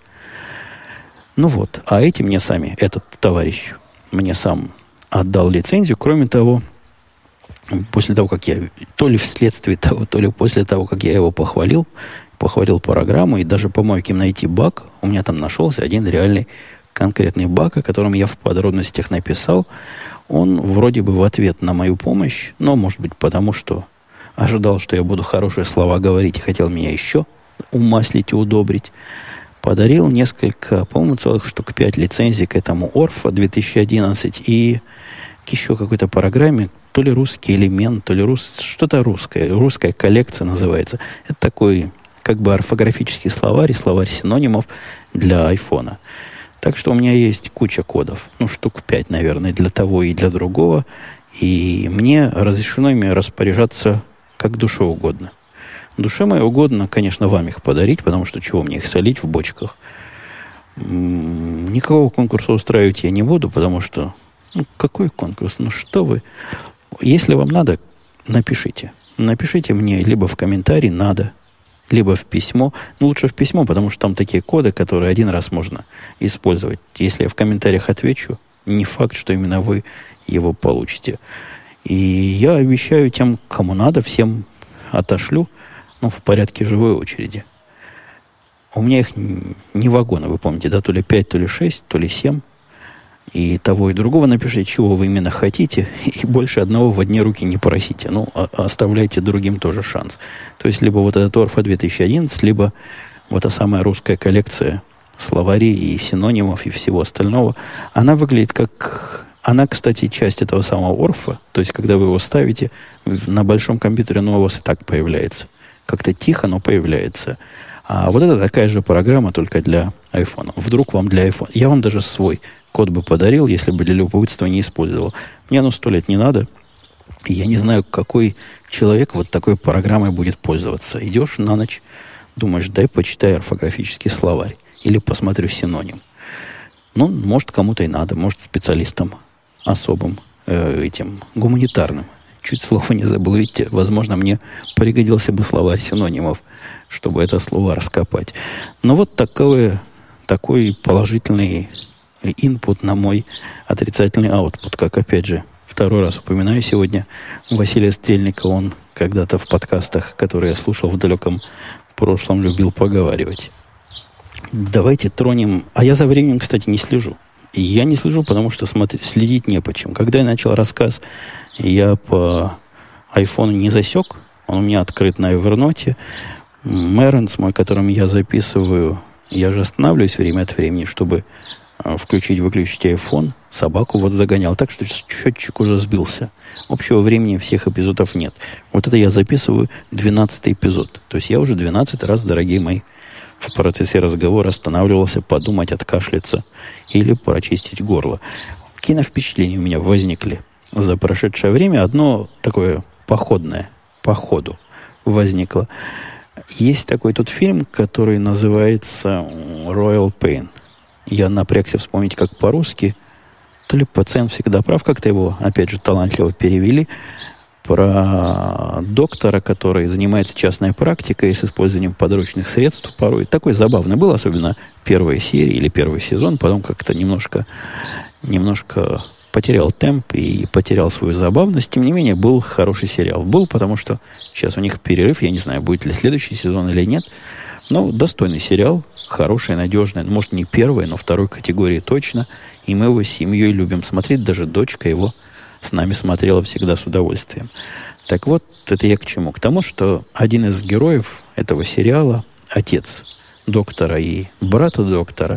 Ну вот, а эти мне сами, этот товарищ, мне сам отдал лицензию. Кроме того, после того, как я, то ли вследствие того, то ли после того, как я его похвалил программу, и даже помог им найти баг, у меня там нашелся один реальный конкретный баг, о котором я в подробностях написал. Он вроде бы в ответ на мою помощь, но, может быть, потому что ожидал, что я буду хорошие слова говорить и хотел меня еще умаслить и удобрить, подарил несколько, по-моему, целых штук 5 лицензий к этому Орфа 2011 и к еще какой-то программе, то ли русский элемент, то ли что-то русская коллекция называется. Это такой как бы орфографический словарь и словарь синонимов для айфона. Так что у меня есть куча кодов, ну, штук 5, наверное, для того и для другого, и мне разрешено ими распоряжаться как душе угодно. Душе моей угодно, конечно, вам их подарить, потому что чего мне их солить в бочках. Никакого конкурса устраивать я не буду, потому что... Ну, какой конкурс? Ну, что вы... Если вам надо, напишите. Напишите мне либо в комментарий «надо», либо в письмо. Ну, лучше в письмо, потому что там такие коды, которые один раз можно использовать. Если я в комментариях отвечу, не факт, что именно вы его получите. И я обещаю тем, кому надо, всем отошлю, ну, в порядке живой очереди. У меня их не вагоны, вы помните, да, то ли 5, то ли 6, то ли 7. И того, и другого напишите, чего вы именно хотите, и больше одного в одни руки не просите. Ну, оставляйте другим тоже шанс. То есть, либо вот этот Орфа 2011, либо вот та самая русская коллекция словарей и синонимов и всего остального. Она выглядит как... Она, кстати, часть этого самого Орфа. То есть, когда вы его ставите, на большом компьютере оно у вас и так появляется. Как-то тихо, но появляется. А вот это такая же программа, только для айфона. Вдруг вам для айфона... Я вам даже свой код бы подарил, если бы для любопытства не использовал. Мне оно 100 лет не надо. И я не знаю, какой человек вот такой программой будет пользоваться. Идешь на ночь, думаешь, дай почитай орфографический словарь. Или посмотрю синоним. Ну, может, кому-то и надо. Может, специалистам особым, этим, гуманитарным. Чуть слова не забыл. Видите, возможно, мне пригодился бы словарь синонимов, чтобы это слово раскопать. Но вот такой положительный инпут на мой отрицательный аутпут, как, опять же, второй раз упоминаю сегодня Василия Стрельника. Он когда-то в подкастах, которые я слушал в далеком прошлом, любил поговаривать. Давайте тронем... А я за временем, кстати, не слежу. Я не слежу, потому что следить не почем. Когда я начал рассказ, я по айфону не засек. Он у меня открыт на Evernote. Мэренс мой, которым я записываю, я же останавливаюсь время от времени, чтобы включить-выключить iPhone. Собаку вот загонял. Так что счетчик уже сбился. Общего времени всех эпизодов нет. Вот это я записываю 12-й эпизод. То есть я уже 12 раз, дорогие мои, в процессе разговора останавливался подумать, откашляться или прочистить горло. Киновпечатления у меня возникли за прошедшее время. Одно такое походное, по ходу возникло. Есть такой тут фильм, который называется «Royal Pain». Я напрягся вспомнить, как по-русски. То ли «Пациент всегда прав», как-то его, опять же, талантливо перевели. Про доктора, который занимается частной практикой с использованием подручных средств порой. Такой забавный был, особенно первая серия или первый сезон. Потом как-то немножко потерял темп и потерял свою забавность. Тем не менее, был хороший сериал. Был, потому что сейчас у них перерыв. Я не знаю, будет ли следующий сезон или нет. Но достойный сериал. Хороший, надежный. Может, не первой, но второй категории точно. И мы его с семьей любим смотреть. Даже дочка его с нами смотрела всегда с удовольствием. Так вот, это я к чему? К тому, что один из героев этого сериала, отец доктора и брата доктора,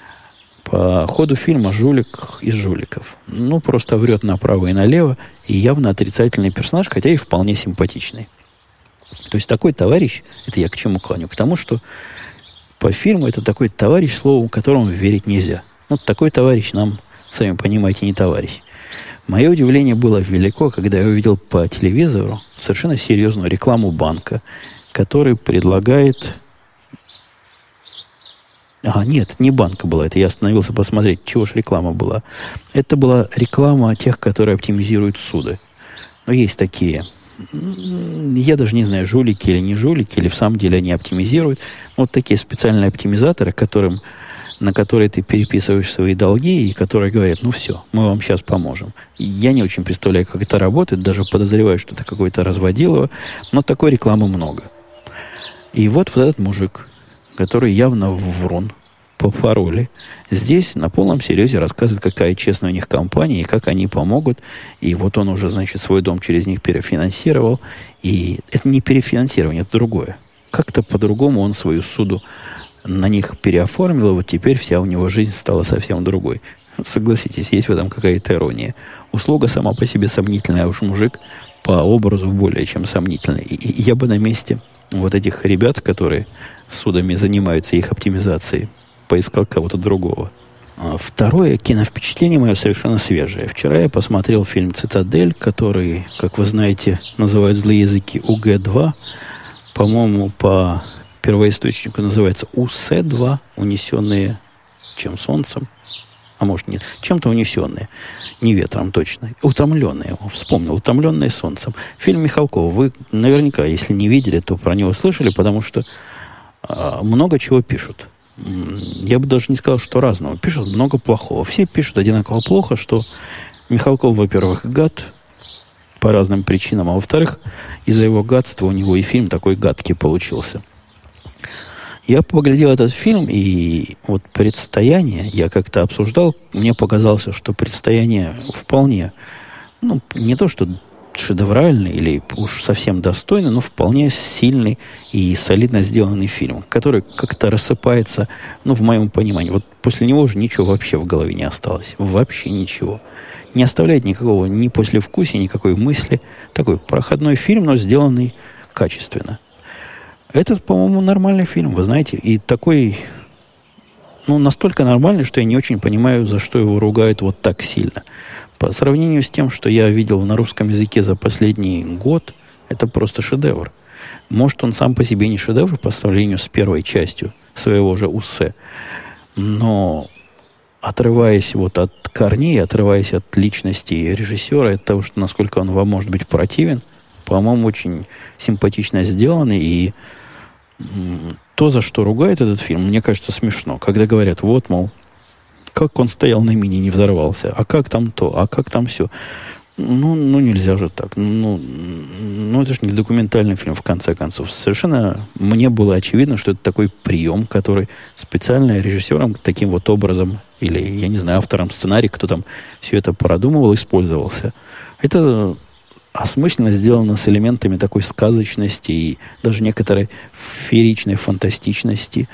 по ходу фильма жулик из жуликов. Ну, просто врет направо и налево. И явно отрицательный персонаж, хотя и вполне симпатичный. То есть такой товарищ, это я к чему клоню? К тому, что по фильму это такой товарищ, слову которому верить нельзя. Вот такой товарищ нам, сами понимаете, не товарищ. Мое удивление было велико, когда я увидел по телевизору совершенно серьезную рекламу банка, который предлагает... Нет, не банка была. Это я остановился посмотреть, чего же реклама была. Это была реклама тех, которые оптимизируют суды. Но есть такие... Я даже не знаю, жулики или не жулики, или в самом деле они оптимизируют. Вот такие специальные оптимизаторы, на которые ты переписываешь свои долги, и которые говорят, ну все, мы вам сейчас поможем. Я не очень представляю, как это работает, даже подозреваю, что это какой-то разводилово, но такой рекламы много. И вот этот мужик, который явно врун по пароле, здесь на полном серьезе рассказывает, какая честная у них компания и как они помогут. И вот он уже, значит, свой дом через них перефинансировал. И это не перефинансирование, это другое. Как-то по-другому он свою суду на них переоформил, и вот теперь вся у него жизнь стала совсем другой. Согласитесь, есть в этом какая-то ирония. Услуга сама по себе сомнительная, а уж мужик по образу более чем сомнительный. И я бы на месте вот этих ребят, которые судами занимаются, их оптимизацией, поискал кого-то другого. Второе киновпечатление мое совершенно свежее. Вчера я посмотрел фильм «Цитадель», который, как вы знаете, называют злые языки УГ-2. По-моему, по первоисточнику называется УС-2, унесенные чем солнцем. А может нет, чем-то унесенные. Не ветром точно. Утомленные. Вспомнил, утомленные солнцем. Фильм Михалкова. Вы наверняка, если не видели, то про него слышали, потому что много чего пишут. Я бы даже не сказал, что разного. Пишут много плохого. Все пишут одинаково плохо, что Михалков, во-первых, гад по разным причинам, а во-вторых, из-за его гадства у него и фильм такой гадкий получился. Я поглядел этот фильм, и вот «Предстояние» я как-то обсуждал. Мне показалось, что «Предстояние» вполне, не то что шедевральный или уж совсем достойный, но вполне сильный и солидно сделанный фильм, который как-то рассыпается, в моем понимании. Вот после него уже ничего вообще в голове не осталось. Вообще ничего. Не оставляет никакого ни послевкусия, никакой мысли. Такой проходной фильм, но сделанный качественно. Этот, по-моему, нормальный фильм, вы знаете, и такой, настолько нормальный, что я не очень понимаю, за что его ругают вот так сильно. По сравнению с тем, что я видел на русском языке за последний год, это просто шедевр. Может, он сам по себе не шедевр по сравнению с первой частью своего же «Уссе», но отрываясь вот от корней, отрываясь от личности режиссера, от того, что насколько он вам может быть противен, по-моему, очень симпатично сделанный, и то, за что ругает этот фильм, мне кажется, смешно. Когда говорят, вот, мол, как он стоял на мине, не взорвался, а как там то, а как там все. Нельзя же так. Это же не документальный фильм, в конце концов. Совершенно мне было очевидно, что это такой прием, который специально режиссером таким вот образом, или, я не знаю, автором сценария, кто там все это продумывал, использовался. Это осмысленно сделано с элементами такой сказочности и даже некоторой фееричной фантастичности.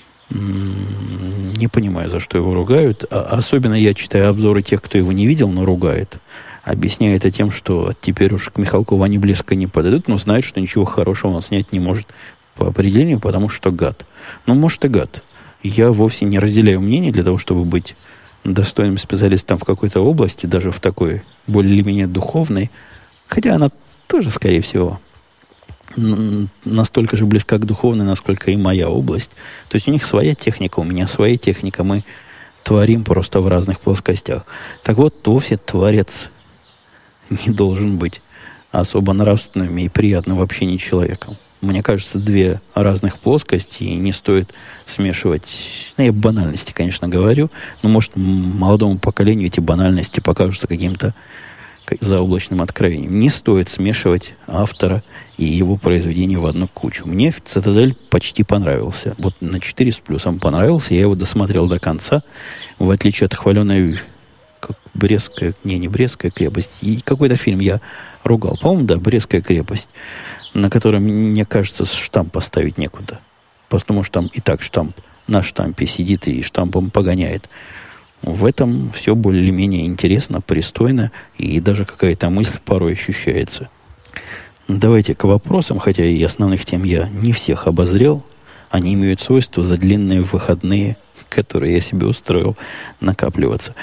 Не понимаю, за что его ругают. Особенно я читаю обзоры тех, кто его не видел, но ругает. Объясняет это тем, что теперь уж к Михалкову они близко не подойдут, но знают, что ничего хорошего он снять не может по определению, потому что гад. Может и гад. Я вовсе не разделяю мнение для того, чтобы быть достойным специалистом в какой-то области, даже в такой более-менее духовной. Хотя она тоже, скорее всего, настолько же близка к духовной, насколько и моя область. То есть у них своя техника, у меня своя техника. Мы творим просто в разных плоскостях. Так вот, вовсе творец не должен быть особо нравственным и приятным в общении человеком. Мне кажется, две разных плоскости, и не стоит смешивать. Я банальности, конечно, говорю, но, может, молодому поколению эти банальности покажутся каким-то заоблачным откровением. Не стоит смешивать автора и его произведение в одну кучу. Мне «Цитадель» почти понравился. Вот на 4 с плюсом понравился. Я его досмотрел до конца. В отличие от хваленой Брестская, не Брестская крепость. И какой-то фильм я ругал. По-моему, да, Брестская крепость, на котором, мне кажется, штамп поставить некуда. Потому что там и так штамп на штампе сидит и штампом погоняет. В этом все более-менее интересно, пристойно, и даже какая-то мысль порой ощущается. Давайте к вопросам, хотя и основных тем я не всех обозрел. Они имеют свойство за длинные выходные, которые я себе устроил, накапливаться.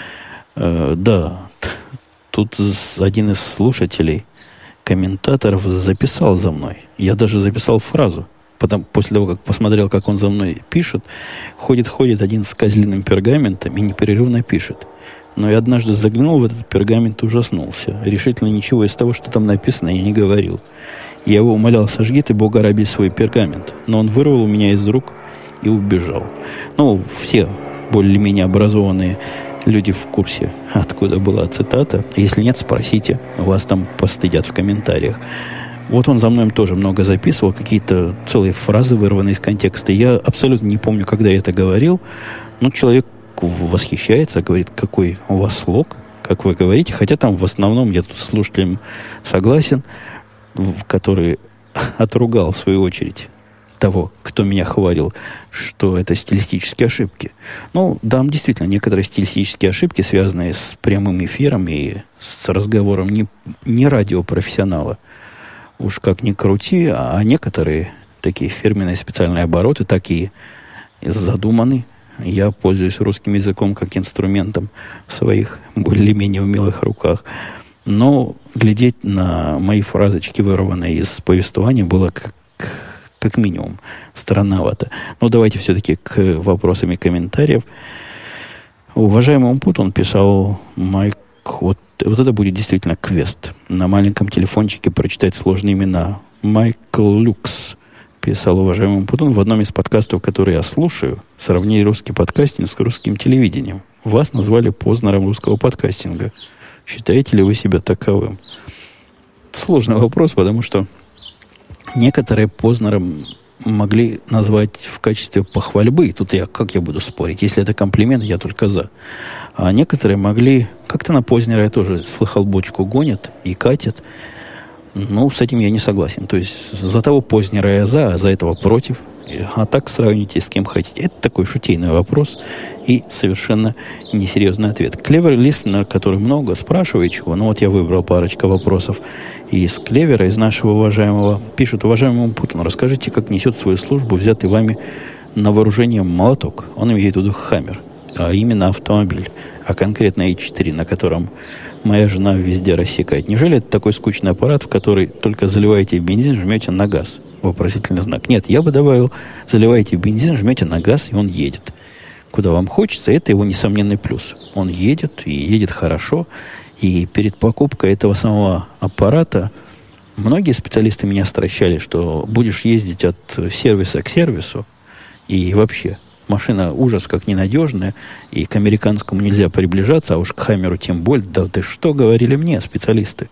Да, тут один из слушателей, комментаторов, записал за мной. Я даже записал фразу. Потом, после того, как посмотрел, как он за мной пишет, ходит один с козлиным пергаментом и непрерывно пишет. Но я однажды заглянул в этот пергамент и ужаснулся. Решительно ничего из того, что там написано, я не говорил. Я его умолял: сожги ты, Бога раби, свой пергамент. Но он вырвал у меня из рук и убежал. Ну, все более-менее образованные люди в курсе, откуда была цитата. Если нет, спросите. Вас там постыдят в комментариях. Вот он за мной тоже много записывал, какие-то целые фразы, вырванные из контекста. Я абсолютно не помню, когда я это говорил. Но человек восхищается, говорит: какой у вас слог, как вы говорите. Хотя там в основном я тут с слушателем согласен, который отругал в свою очередь того, кто меня хвалил, что это стилистические ошибки. Ну, да, действительно, некоторые стилистические ошибки, связанные с прямым эфиром и с разговором не радиопрофессионала. Уж как ни крути, а некоторые такие фирменные специальные обороты так и задуманы. Я пользуюсь русским языком как инструментом в своих более-менее умелых руках. Но глядеть на мои фразочки, вырванные из повествования, было как минимум странновато. Но давайте все-таки к вопросам и комментариям. Уважаемый Умпут, он писал: Майк, вот это будет действительно квест. На маленьком телефончике прочитать сложные имена. Майкл Люкс писал уважаемый Умпутун в одном из подкастов, которые я слушаю. Сравнили русский подкастинг с русским телевидением. Вас назвали Познером русского подкастинга. Считаете ли вы себя таковым? Сложный вопрос, потому что некоторые Познером могли назвать в качестве похвальбы. И тут как я буду спорить? Если это комплимент, я только за. А некоторые могли... Как-то на Познера я тоже слыхал, бочку гонят и катят. Ну, с этим я не согласен. То есть за того Познера я за, а за этого против. А так сравните с кем хотите. Это такой шутейный вопрос и совершенно несерьезный ответ. Клевер Листнер, который много спрашивает чего, ну вот я выбрал парочку вопросов из Клевера, из нашего уважаемого, пишет: уважаемому Путину, расскажите, как несет свою службу взятый вами на вооружение молоток. Он имеет в виду Хаммер, а именно автомобиль, а конкретно i4, на котором моя жена везде рассекает. Неужели это такой скучный аппарат, в который только заливаете бензин, жмете на газ? Вопросительный знак. Нет, я бы добавил: заливаете бензин, жмете на газ, и он едет. Куда вам хочется, это его несомненный плюс. Он едет, и едет хорошо. И перед покупкой этого самого аппарата многие специалисты меня стращали, что будешь ездить от сервиса к сервису, и вообще машина ужас как ненадежная, и к американскому нельзя приближаться, а уж к Хаммеру тем более. Да ты что, говорили мне специалисты?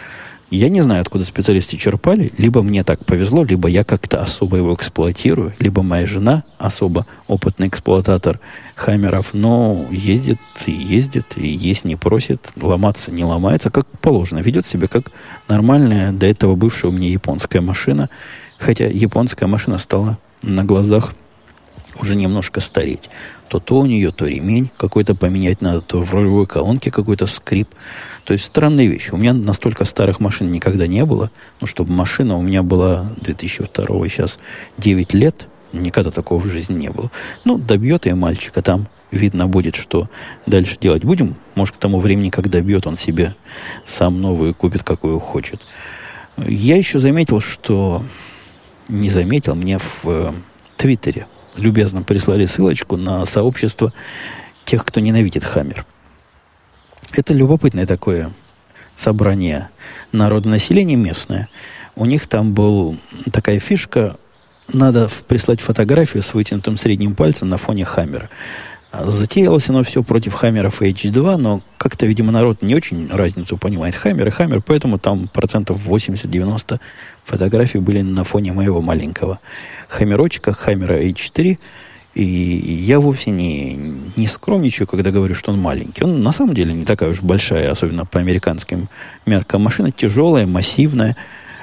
Я не знаю, откуда специалисты черпали. Либо мне так повезло, либо я как-то особо его эксплуатирую, либо моя жена особо опытный эксплуататор Хаммеров, но ездит, и есть не просит, ломаться не ломается, как положено. Ведет себя как нормальная, до этого бывшая у меня японская машина. Хотя японская машина стала на глазах уже немножко стареть. То у нее, то ремень какой-то поменять надо, то в рулевой колонке какой-то скрип. То есть странные вещи. У меня настолько старых машин никогда не было. Ну, чтобы машина у меня была 2002, сейчас 9 лет. Никогда такого в жизни не было. Ну, добьет ее мальчика, там видно будет, что дальше делать будем. Может, к тому времени, как добьет, он себе сам новую купит, какую хочет. Я еще заметил, что... Не заметил, мне в Твиттере любезно прислали ссылочку на сообщество тех, кто ненавидит Хаммер. Это любопытное такое собрание народонаселения местное. У них там была такая фишка: надо прислать фотографию с вытянутым средним пальцем на фоне Хаммера. Затеялось оно все против Хаммеров H2, но как-то, видимо, народ не очень разницу понимает Хаммер и Хаммер, поэтому там 80-90% фотографий были на фоне моего маленького Хаммерочка, Хаммера H4. И я вовсе не скромничаю, когда говорю, что он маленький. Он на самом деле не такая уж большая, особенно по американским меркам. Машина тяжелая, массивная,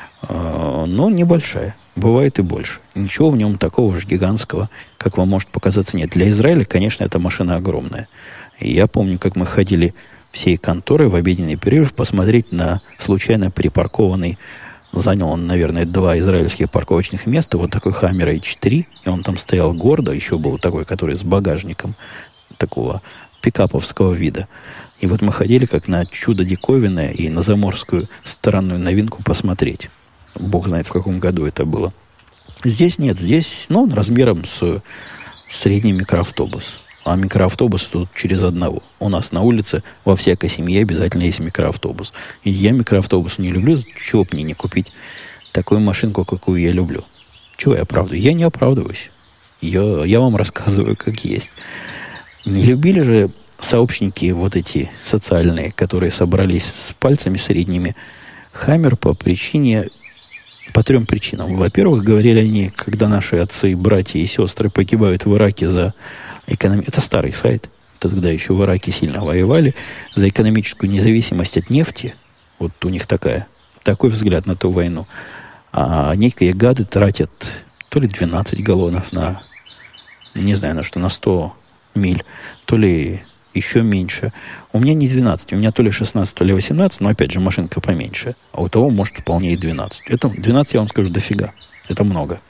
но небольшая. Бывает и больше. Ничего в нем такого же гигантского, как вам может показаться, нет. Для Израиля, конечно, эта машина огромная. И я помню, как мы ходили всей конторой в обеденный перерыв посмотреть на случайно припаркованный Занял он, наверное, 2 израильских парковочных места. Вот такой Хаммер H3. И он там стоял гордо. Еще был такой, который с багажником такого пикаповского вида. И вот мы ходили как на чудо диковинное и на заморскую странную новинку посмотреть. Бог знает, в каком году это было. Здесь нет. Здесь, он размером с средний микроавтобус. А микроавтобус тут через одного. У нас на улице во всякой семье обязательно есть микроавтобус. И я микроавтобус не люблю. Чего бы мне не купить такую машинку, какую я люблю? Чего я оправдываю? Я не оправдываюсь. Я вам рассказываю, как есть. Не любили же сообщники вот эти социальные, которые собрались с пальцами средними, Хаммер по 3 причинам. Во-первых, говорили они, когда наши отцы, братья и сестры погибают в Ираке за экономию. Это старый сайт. Тогда еще в Ираке сильно воевали. За экономическую независимость от нефти. Вот у них такой взгляд на ту войну. А некие гады тратят то ли 12 галлонов на, не знаю на что, на 100 миль, то ли еще меньше. У меня не 12, у меня то ли 16, то ли 18, но опять же машинка поменьше. А у того может вполне и 12. Это 12, я вам скажу, дофига. Это много.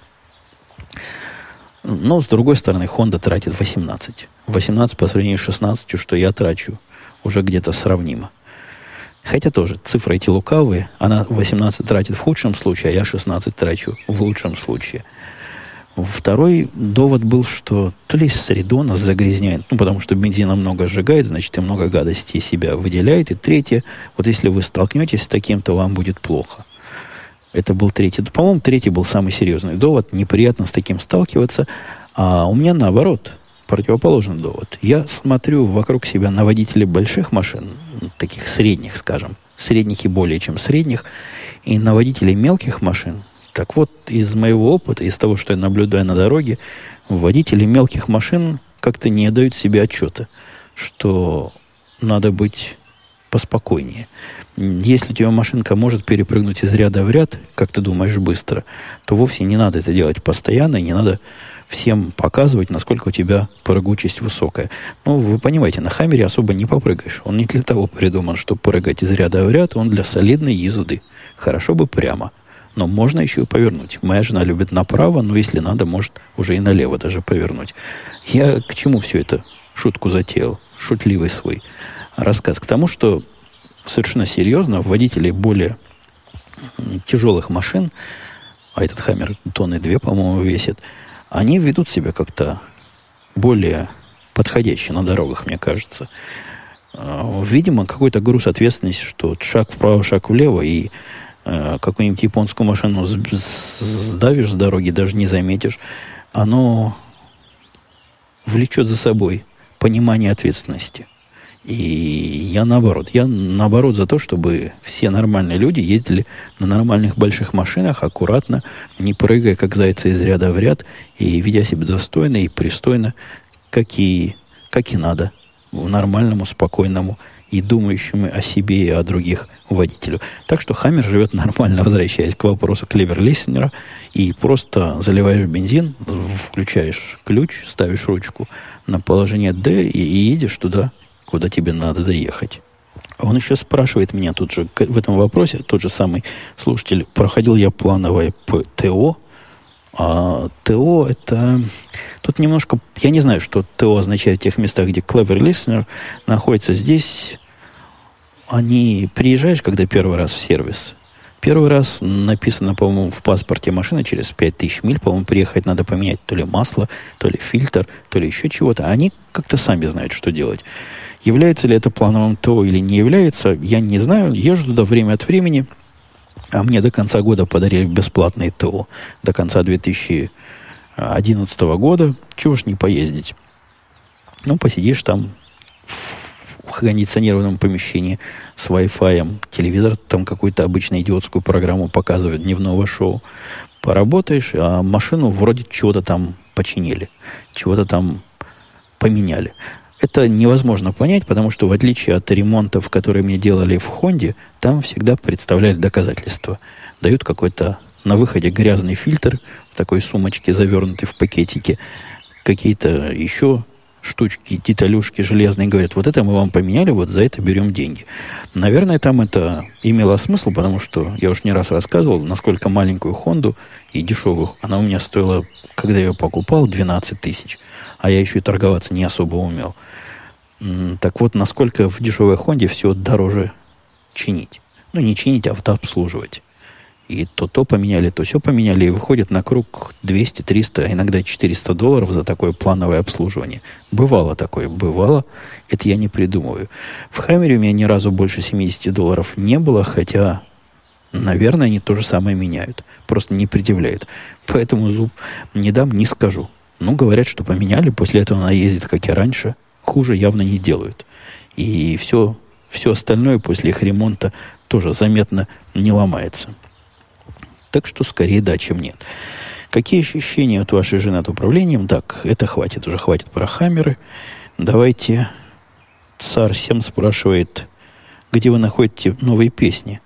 Но, с другой стороны, Honda тратит 18. 18 по сравнению с 16, что я трачу, уже где-то сравнимо. Хотя тоже, цифры эти лукавые. Она 18 тратит в худшем случае, а я 16 трачу в лучшем случае. Второй довод был, что то ли среду нас загрязняет, потому что бензина много сжигает, значит, и много гадостей из себя выделяет. И третье, вот если вы столкнетесь с таким, то вам будет плохо. Это был третий. По-моему, третий был самый серьезный довод. Неприятно с таким сталкиваться. А у меня наоборот, противоположный довод. Я смотрю вокруг себя на водителей больших машин, таких средних, скажем, средних и более чем средних, и на водителей мелких машин. Так вот, из моего опыта, из того, что я наблюдаю на дороге, водители мелких машин как-то не дают себе отчета, что надо быть поспокойнее. Если у тебя машинка может перепрыгнуть из ряда в ряд, как ты думаешь, быстро, то вовсе не надо это делать постоянно, и не надо всем показывать, насколько у тебя прыгучесть высокая. Вы понимаете, на Хаммере особо не попрыгаешь. Он не для того придуман, чтобы прыгать из ряда в ряд, он для солидной езды. Хорошо бы прямо. Но можно еще и повернуть. Моя жена любит направо, но если надо, может уже и налево даже повернуть. Я к чему все это шутку затеял? Шутливый свой рассказ. К тому, что совершенно серьезно водители более тяжелых машин, а этот Хаммер тонны 2, по-моему, весит, они ведут себя как-то более подходяще на дорогах, мне кажется. Видимо, какой-то груз ответственности, что шаг вправо, шаг влево, и какую-нибудь японскую машину сдавишь с дороги, даже не заметишь, оно влечет за собой понимание ответственности. И я наоборот за то, чтобы все нормальные люди ездили на нормальных больших машинах, аккуратно, не прыгая, как зайцы из ряда в ряд, и ведя себя достойно и пристойно, как и надо, нормальному, спокойному и думающему о себе и о других водителю. Так что Хаммер живет нормально, возвращаясь к вопросу клевер-листнера, и просто заливаешь бензин, включаешь ключ, ставишь ручку на положение D и едешь туда, куда тебе надо доехать. Он еще спрашивает меня тут же, в этом вопросе, тот же самый слушатель, проходил я плановое ТО. А ТО это... Тут немножко... Я не знаю, что ТО означает в тех местах, где Clever Listener находится. Здесь приезжаешь, когда первый раз в сервис. Первый раз написано, по-моему, в паспорте машины через 5000 миль, по-моему, приехать надо поменять то ли масло, то ли фильтр, то ли еще чего-то. Они как-то сами знают, что делать. Является ли это плановым ТО или не является, я не знаю. Езжу туда время от времени. А мне до конца года подарили бесплатное ТО. До конца 2011 года. Чего ж не поездить? Посидишь там в кондиционированном помещении с Wi-Fi. Телевизор там какую-то обычную идиотскую программу показывает дневного шоу. Поработаешь, а машину вроде чего-то там починили. Чего-то там поменяли. Это невозможно понять, потому что в отличие от ремонтов, которые мне делали в Хонде, там всегда представляют доказательства. Дают какой-то на выходе грязный фильтр в такой сумочке, завернутый в пакетике, какие-то еще штучки, деталюшки железные, говорят, вот это мы вам поменяли, вот за это берем деньги. Наверное, там это имело смысл, потому что я уж не раз рассказывал, насколько маленькую Хонду и дешевую, она у меня стоила, когда я ее покупал, 12 тысяч, а я еще и торговаться не особо умел. Так вот, насколько в дешевой Хонде все дороже чинить. Ну, не чинить, а обслуживать. И то поменяли, то все поменяли, и выходит на круг 200, 300, а иногда $400 за такое плановое обслуживание. Бывало такое, бывало. Это я не придумываю. В Хаммере у меня ни разу больше $70 не было, хотя, наверное, они то же самое меняют. Просто не предъявляют. Поэтому зуб не дам, не скажу. Ну, говорят, что поменяли, после этого она ездит, как и раньше. Хуже явно не делают. И все остальное после их ремонта тоже заметно не ломается. Так что скорее да, чем нет. Какие ощущения от вашей жены от управлением? Так, это хватит, уже хватит про Хаммеры. Давайте. Царь 7 спрашивает, где вы находите новые песни?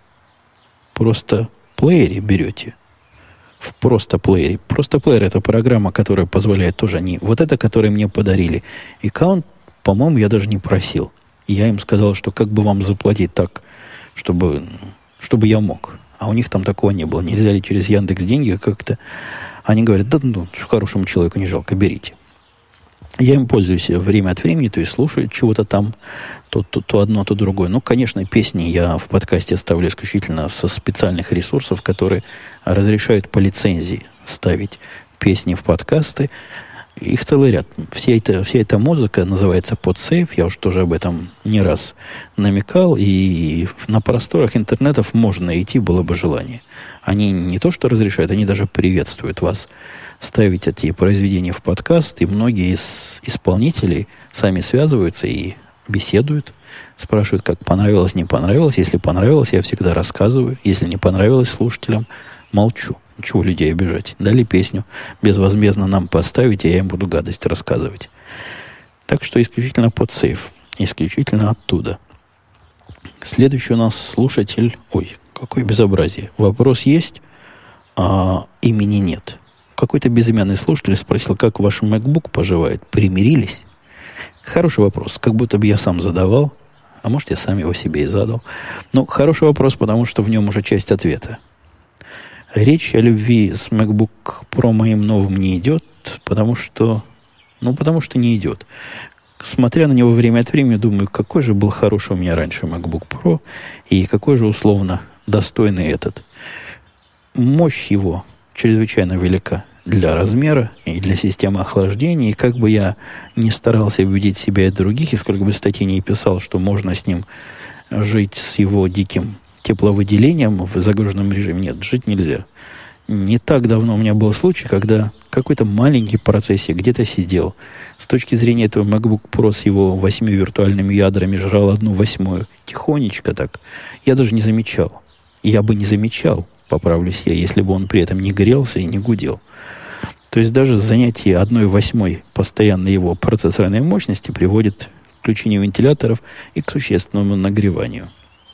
Просто плеере берете? В просто плеере. Просто плеер — это программа, которая позволяет тоже они. Вот это, которое мне подарили. Аккаунт, по-моему, я даже не просил. Я им сказал, что как бы вам заплатить так, чтобы я мог. А у них там такого не было. Нельзя ли через Яндекс деньги как-то... Они говорят, да, ну, хорошему человеку не жалко, берите. Я им пользуюсь время от времени, то есть слушаю чего-то там, то одно, то другое. Ну, конечно, песни я в подкасте ставлю исключительно со специальных ресурсов, которые разрешают по лицензии ставить песни в подкасты. Их целый ряд. Вся эта музыка называется PodSafe. Я уж тоже об этом не раз намекал. И на просторах интернетов можно найти, было бы желание. Они не то что разрешают, они даже приветствуют вас ставить эти произведения в подкаст. И многие из исполнителей сами связываются и беседуют. Спрашивают, как понравилось, не понравилось. Если понравилось, я всегда рассказываю. Если не понравилось слушателям, молчу. Чего людей обижать? Дали песню безвозмездно нам поставить, и я им буду гадость рассказывать. Так что исключительно PodSafe. Исключительно оттуда. Следующий у нас слушатель... Ой, какое безобразие. Вопрос есть, а имени нет. Какой-то безымянный слушатель спросил, как ваш MacBook поживает. Примирились? Хороший вопрос. Как будто бы я сам задавал. А может, я сам его себе и задал. Но хороший вопрос, потому что в нем уже часть ответа. Речь о любви с MacBook Pro моим новым не идет, потому что не идет. Смотря на него время от времени, думаю, какой же был хороший у меня раньше MacBook Pro, и какой же условно достойный этот. Мощь его чрезвычайно велика для размера и для системы охлаждения, и как бы я ни старался убедить себя и других, и сколько бы статей не писал, что можно с ним жить с его диким тепловыделением в загруженном режиме. Нет, жить нельзя. Не так давно у меня был случай, когда какой-то маленький процессор где-то сидел. С точки зрения этого MacBook Pro с его 8 виртуальными ядрами жрал 1/8. Тихонечко так. Я даже не замечал. Я бы не замечал, поправлюсь я, если бы он при этом не грелся и не гудел. То есть даже занятие 1/8 постоянно его процессорной мощности приводит к включению вентиляторов и к существенному нагреванию.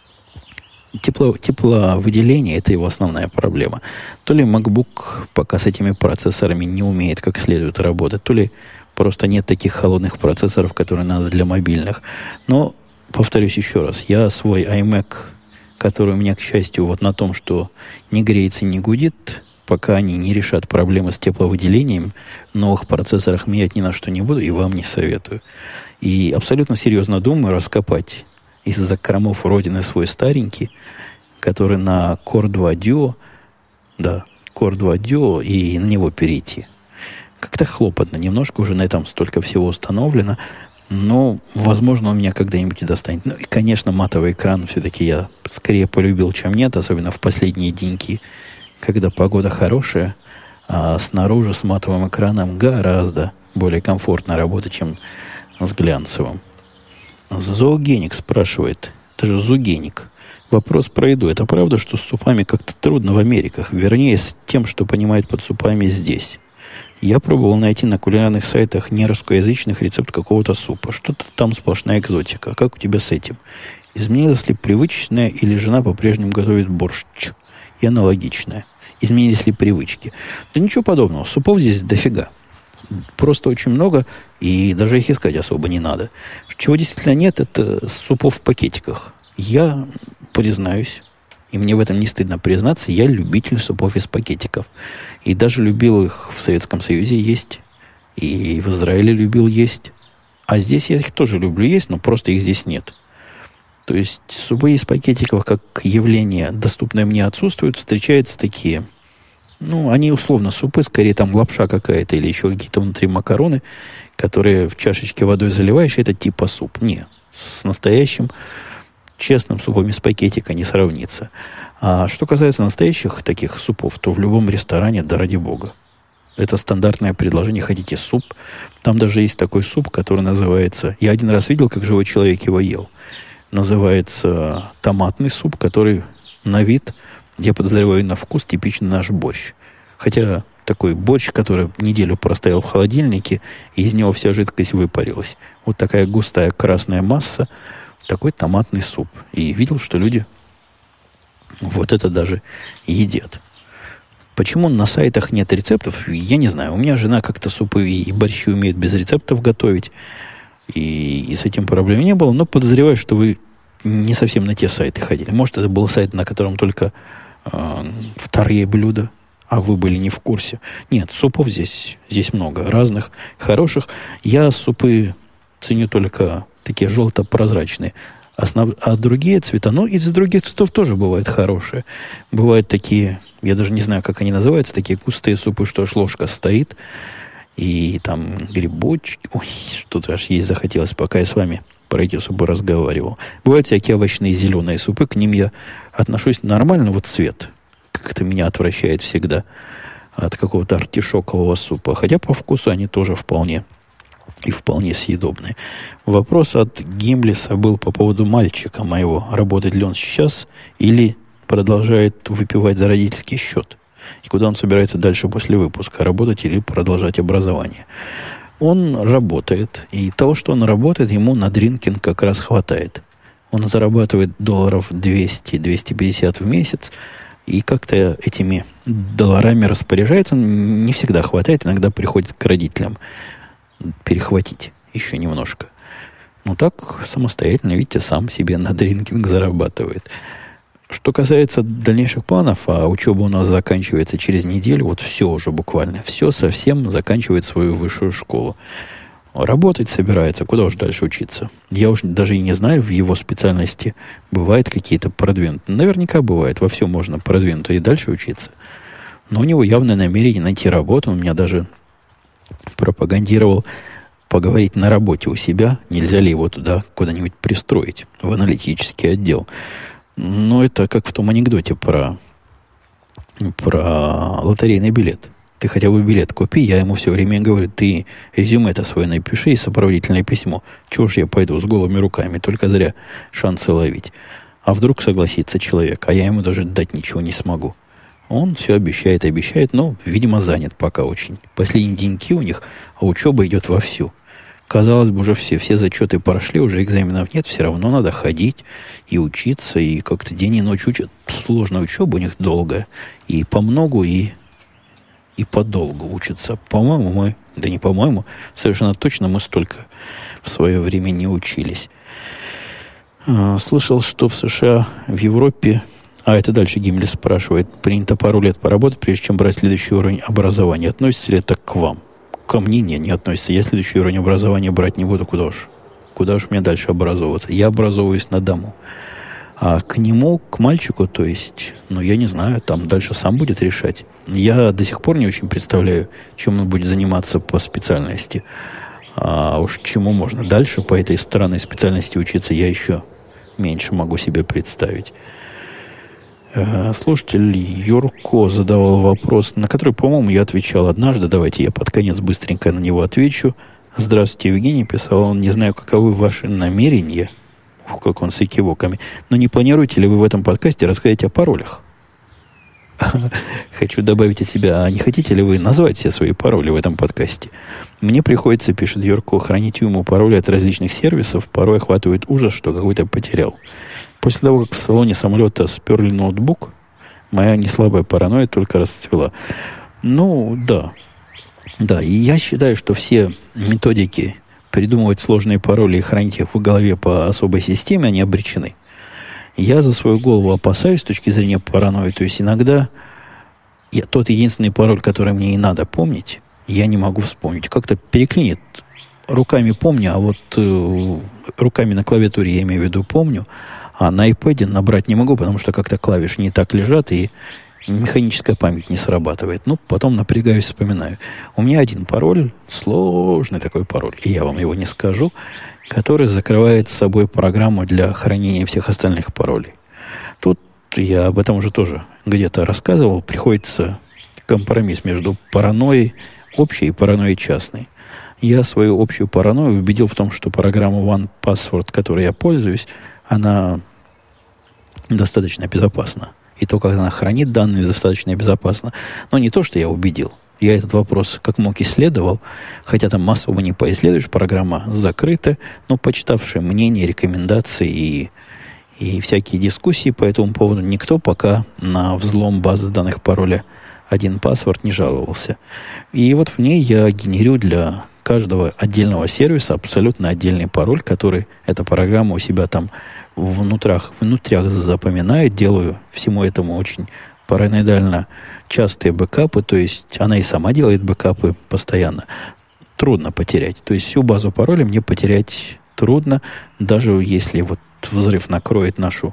Тепловыделение – это его основная проблема. То ли MacBook пока с этими процессорами не умеет как следует работать, то ли просто нет таких холодных процессоров, которые надо для мобильных. Но, повторюсь еще раз, я свой iMac, который у меня, к счастью, вот на том, что не греется и не гудит, пока они не решат проблемы с тепловыделением, новых процессорах менять ни на что не буду и вам не советую. И абсолютно серьезно думаю раскопать из закромов родины свой старенький, который на Core 2 Duo, да, Core 2 Duo, и на него перейти. Как-то хлопотно, немножко уже на этом столько всего установлено, но, возможно, он меня когда-нибудь и достанет. Ну, и, конечно, матовый экран все-таки я скорее полюбил, чем нет, особенно в последние деньки, когда погода хорошая, а снаружи с матовым экраном гораздо более комфортно работать, чем с глянцевым. Зоогеник спрашивает, это же Зугеник. Вопрос про еду. Это правда, что с супами как-то трудно в Америках? Вернее, с тем, что понимает под супами здесь. Я пробовал найти на кулинарных сайтах нерусскоязычных рецепт какого-то супа. Что-то там сплошная экзотика. Как у тебя с этим? Изменилась ли привычная или жена по-прежнему готовит борщ? И аналогичное. Изменились ли привычки? Да ничего подобного. Супов здесь дофига. Просто очень много, и даже их искать особо не надо. Чего действительно нет, это супов в пакетиках. Я признаюсь, и мне в этом не стыдно признаться, я любитель супов из пакетиков. И даже любил их в Советском Союзе есть, и в Израиле любил есть. А здесь я их тоже люблю есть, но просто их здесь нет. То есть супы из пакетиков как явление, доступное мне, отсутствуют, встречаются такие. Ну, они условно супы, скорее там лапша какая-то или еще какие-то внутри макароны, которые в чашечке водой заливаешь, это типа суп. Не, с настоящим честным супом из пакетика не сравнится. А что касается настоящих таких супов, то в любом ресторане, да ради бога. Это стандартное предложение. Хотите суп? Там даже есть такой суп, который называется... Я один раз видел, как живой человек его ел. Называется томатный суп, который на вид, я подозреваю, на вкус типичный наш борщ. Хотя такой борщ, который неделю простоял в холодильнике, и из него вся жидкость выпарилась. Вот такая густая красная масса, такой томатный суп. И видел, что люди вот это даже едят. Почему на сайтах нет рецептов, я не знаю. У меня жена как-то супы и борщи умеет без рецептов готовить. И с этим проблем не было. Но подозреваю, что вы не совсем на те сайты ходили. Может, это был сайт, на котором только вторые блюда, а вы были не в курсе. Нет, супов здесь много разных, хороших. Я супы ценю только такие желто-прозрачные. А другие цвета, ну, из других цветов тоже бывают хорошие. Бывают такие, я даже не знаю, как они называются, такие густые супы, что аж ложка стоит. И там грибочки. Ой, что-то аж есть захотелось, пока я с вами про эти супы разговаривал. Бывают всякие овощные зеленые супы, к ним я отношусь нормально, вот цвет. Как-то меня отвращает всегда от какого-то артишокового супа. Хотя по вкусу они тоже вполне съедобные. Вопрос от Гимлиса был по поводу мальчика моего. Работает ли он сейчас или продолжает выпивать за родительский счет? И куда он собирается дальше после выпуска? Работать или продолжать образование? Он работает. И того, что он работает, ему на дринкинг как раз хватает. Он зарабатывает долларов 200-250 в месяц. И как-то этими долларами распоряжается. Не всегда хватает. Иногда приходит к родителям перехватить еще немножко. Ну так, самостоятельно, видите, сам себе на дринкинг зарабатывает. Что касается дальнейших планов, а учеба у нас заканчивается через неделю, вот все уже буквально, все совсем заканчивает свою высшую школу. Работать собирается, куда уж дальше учиться. Я уж даже и не знаю, в его специальности бывают какие-то продвинутые. Наверняка бывает, во всем можно продвинуто и дальше учиться. Но у него явное намерение найти работу. Он меня даже пропагандировал поговорить на работе у себя, нельзя ли его туда куда-нибудь пристроить, в аналитический отдел. Но это как в том анекдоте про лотерейный билет. Ты хотя бы билет купи, я ему все время говорю, ты резюме-то свое напиши и сопроводительное письмо. Чего ж я пойду с голыми руками, только зря шансы ловить. А вдруг согласится человек, а я ему даже дать ничего не смогу. Он все обещает, но, видимо, занят пока очень. Последние деньки у них, а учеба идет вовсю. Казалось бы, уже все зачеты прошли, уже экзаменов нет, все равно надо ходить и учиться, и как-то день и ночь учат. Сложная учеба у них долгая, и помногу, и подолгу учатся. По-моему, совершенно точно мы столько в свое время не учились. Слышал, что в США, в Европе, а это дальше Гимлис спрашивает, принято пару лет поработать, прежде чем брать следующий уровень образования. Относится ли это к вам? Ко мне не относится. Я следующий уровень образования брать не буду. Куда уж мне дальше образовываться? Я образовываюсь на дому. А к нему, к мальчику, то есть, я не знаю, там дальше сам будет решать. Я до сих пор не очень представляю, чем он будет заниматься по специальности. А уж чему можно дальше по этой странной специальности учиться, я еще меньше могу себе представить. Слушатель Юрко задавал вопрос, на который, по-моему, я отвечал однажды. Давайте я под конец быстренько на него отвечу. Здравствуйте, Евгений, писал он. Не знаю, каковы ваши намерения. Как он с экивоками. Но не планируете ли вы в этом подкасте рассказать о паролях? Хочу добавить от себя, а не хотите ли вы назвать все свои пароли в этом подкасте? Мне приходится, пишет Юрко, хранить уйму паролей от различных сервисов. Порой охватывает ужас, что какой-то потерял. После того, как в салоне самолета сперли ноутбук, моя неслабая паранойя только расцвела. Да. Да, и я считаю, что все методики придумывать сложные пароли и хранить их в голове по особой системе, они обречены. Я за свою голову опасаюсь с точки зрения паранойи. То есть иногда тот единственный пароль, который мне и надо помнить, я не могу вспомнить. Как-то переклинит. Руками помню, а вот руками на клавиатуре я имею в виду помню, а на iPad набрать не могу, потому что как-то клавиши не так лежат, и механическая память не срабатывает. Ну, потом напрягаюсь, вспоминаю. У меня один пароль, сложный такой пароль, и я вам его не скажу, который закрывает с собой программу для хранения всех остальных паролей. Тут я об этом уже тоже где-то рассказывал. Приходится компромисс между паранойей общей и паранойей частной. Я свою общую паранойю убедил в том, что программа OnePassword, которой я пользуюсь, она достаточно безопасна. И то, как она хранит данные, достаточно безопасно. Но не то, что я убедил. Я этот вопрос как мог исследовал, хотя там особо не поисследуешь, программа закрыта, но почитавшие мнения, рекомендации и всякие дискуссии по этому поводу, никто пока на взлом базы данных пароля 1Password не жаловался. И вот в ней я генерю для каждого отдельного сервиса абсолютно отдельный пароль, который эта программа у себя там внутрях запоминает, делаю всему этому очень параноидально частые бэкапы, то есть она и сама делает бэкапы постоянно. Трудно потерять. То есть всю базу паролей мне потерять трудно, даже если вот взрыв накроет нашу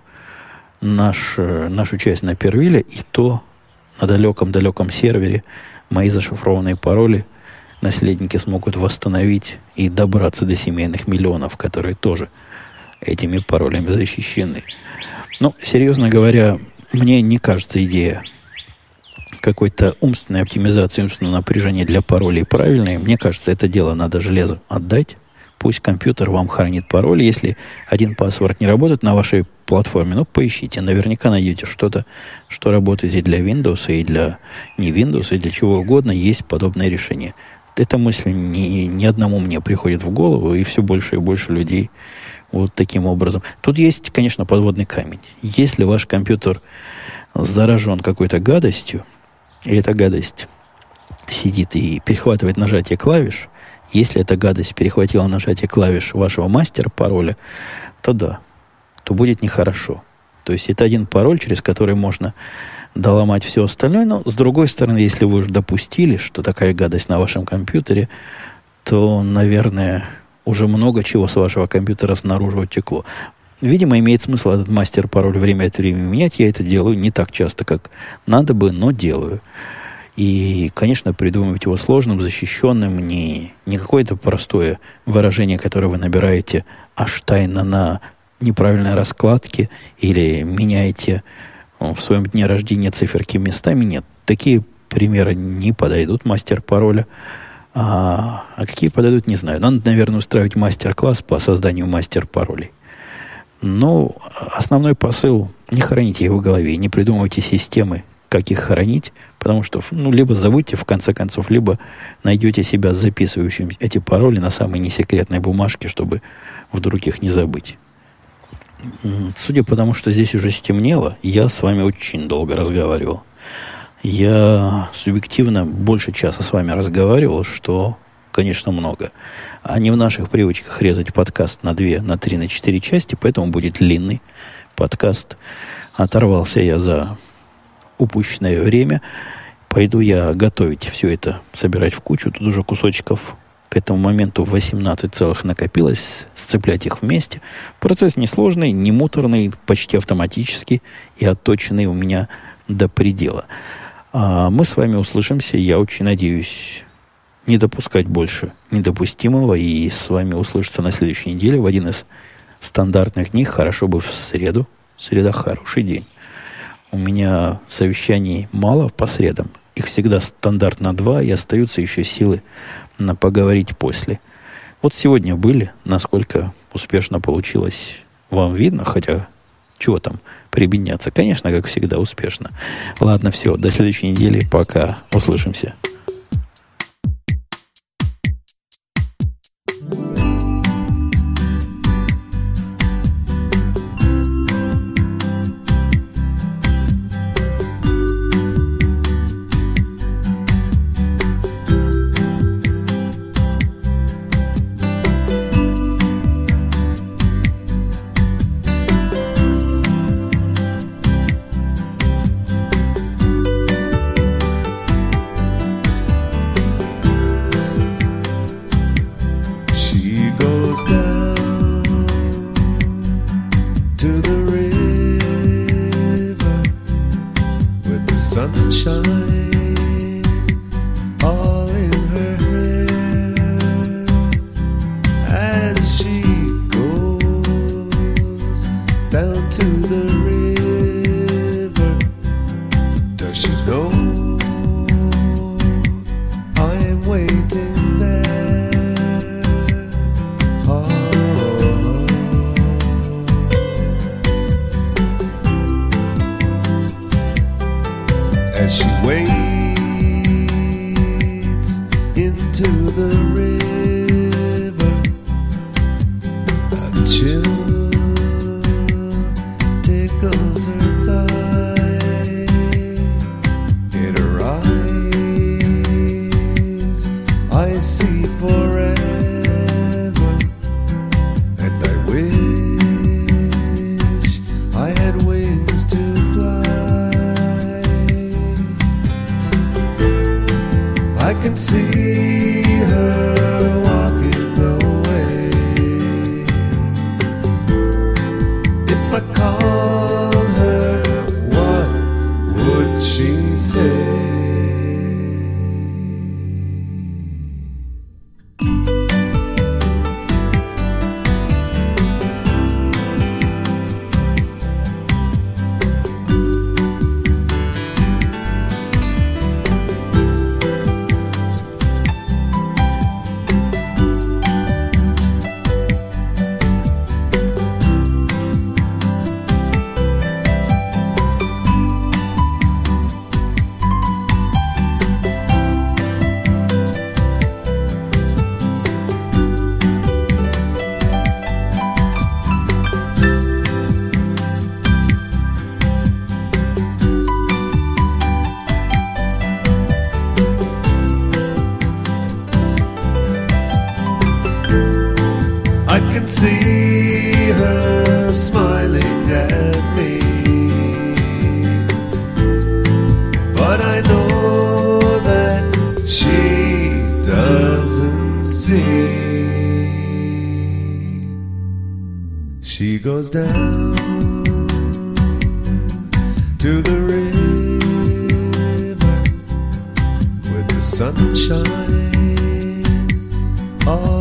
часть на первиле, и то на далеком-далеком сервере мои зашифрованные пароли наследники смогут восстановить и добраться до семейных миллионов, которые тоже этими паролями защищены. Но, серьезно говоря, мне не кажется идея какой-то умственной оптимизации, умственного напряжения для паролей правильной. Мне кажется, это дело надо железо отдать. Пусть компьютер вам хранит пароль. Если 1Password не работает на вашей платформе, ну, поищите. Наверняка найдете что-то, что работает и для Windows, и для не Windows, и для чего угодно. Есть подобное решение. Эта мысль ни одному мне приходит в голову, и все больше и больше людей вот таким образом. Тут есть, конечно, подводный камень. Если ваш компьютер заражен какой-то гадостью, и эта гадость сидит и перехватывает нажатие клавиш, если эта гадость перехватила нажатие клавиш вашего мастер-пароля, то да, то будет нехорошо. То есть это один пароль, через который можно доломать все остальное, но с другой стороны, если вы уже допустили, что такая гадость на вашем компьютере, то, наверное, уже много чего с вашего компьютера снаружи утекло. Видимо, имеет смысл этот мастер-пароль время от времени менять. Я это делаю не так часто, как надо бы, но делаю. И, конечно, придумывать его сложным, защищенным, не какое-то простое выражение, которое вы набираете аж тайно на неправильной раскладке или меняете в своем дне рождения циферки местами. Нет, такие примеры не подойдут мастер-пароля. А какие подойдут, не знаю. Надо, наверное, устраивать мастер-класс по созданию мастер-паролей. Но основной посыл – не храните их в голове, не придумывайте системы, как их хранить, потому что, либо забудьте, в конце концов, либо найдете себя записывающим эти пароли на самой несекретной бумажке, чтобы вдруг их не забыть. Судя по тому, что здесь уже стемнело, я с вами очень долго разговаривал. Я субъективно больше часа с вами разговаривал, что, конечно, много. А не в наших привычках резать подкаст на 2, на 3, на 4 части, поэтому будет длинный подкаст. Оторвался я за упущенное время. Пойду я готовить все это, собирать в кучу. Тут уже кусочков к этому моменту 18 целых накопилось. Сцеплять их вместе. Процесс несложный, не муторный, почти автоматический и отточенный у меня до предела. А мы с вами услышимся. Я очень надеюсь не допускать больше недопустимого и с вами услышаться на следующей неделе в один из стандартных дней. Хорошо бы в среду. Среда хороший день. У меня совещаний мало по средам. Их всегда стандартно 2, и остаются еще силы на поговорить после. Вот сегодня были. Насколько успешно получилось, вам видно, хотя чего там прибедняться. Конечно, как всегда, успешно. Ладно, все, до следующей недели. Пока. Услышимся. sunshine all in her hair as she goes down to the river. Does she know I'm waiting there? Oh. As she wades into the river, a chill tickles her thigh. In her eyes I see forever, and I wish I had wings to fly. I can see her walking away. If I called her, what would she say? I can see her smiling at me, but I know that she doesn't see. She goes down to the river with the sunshine all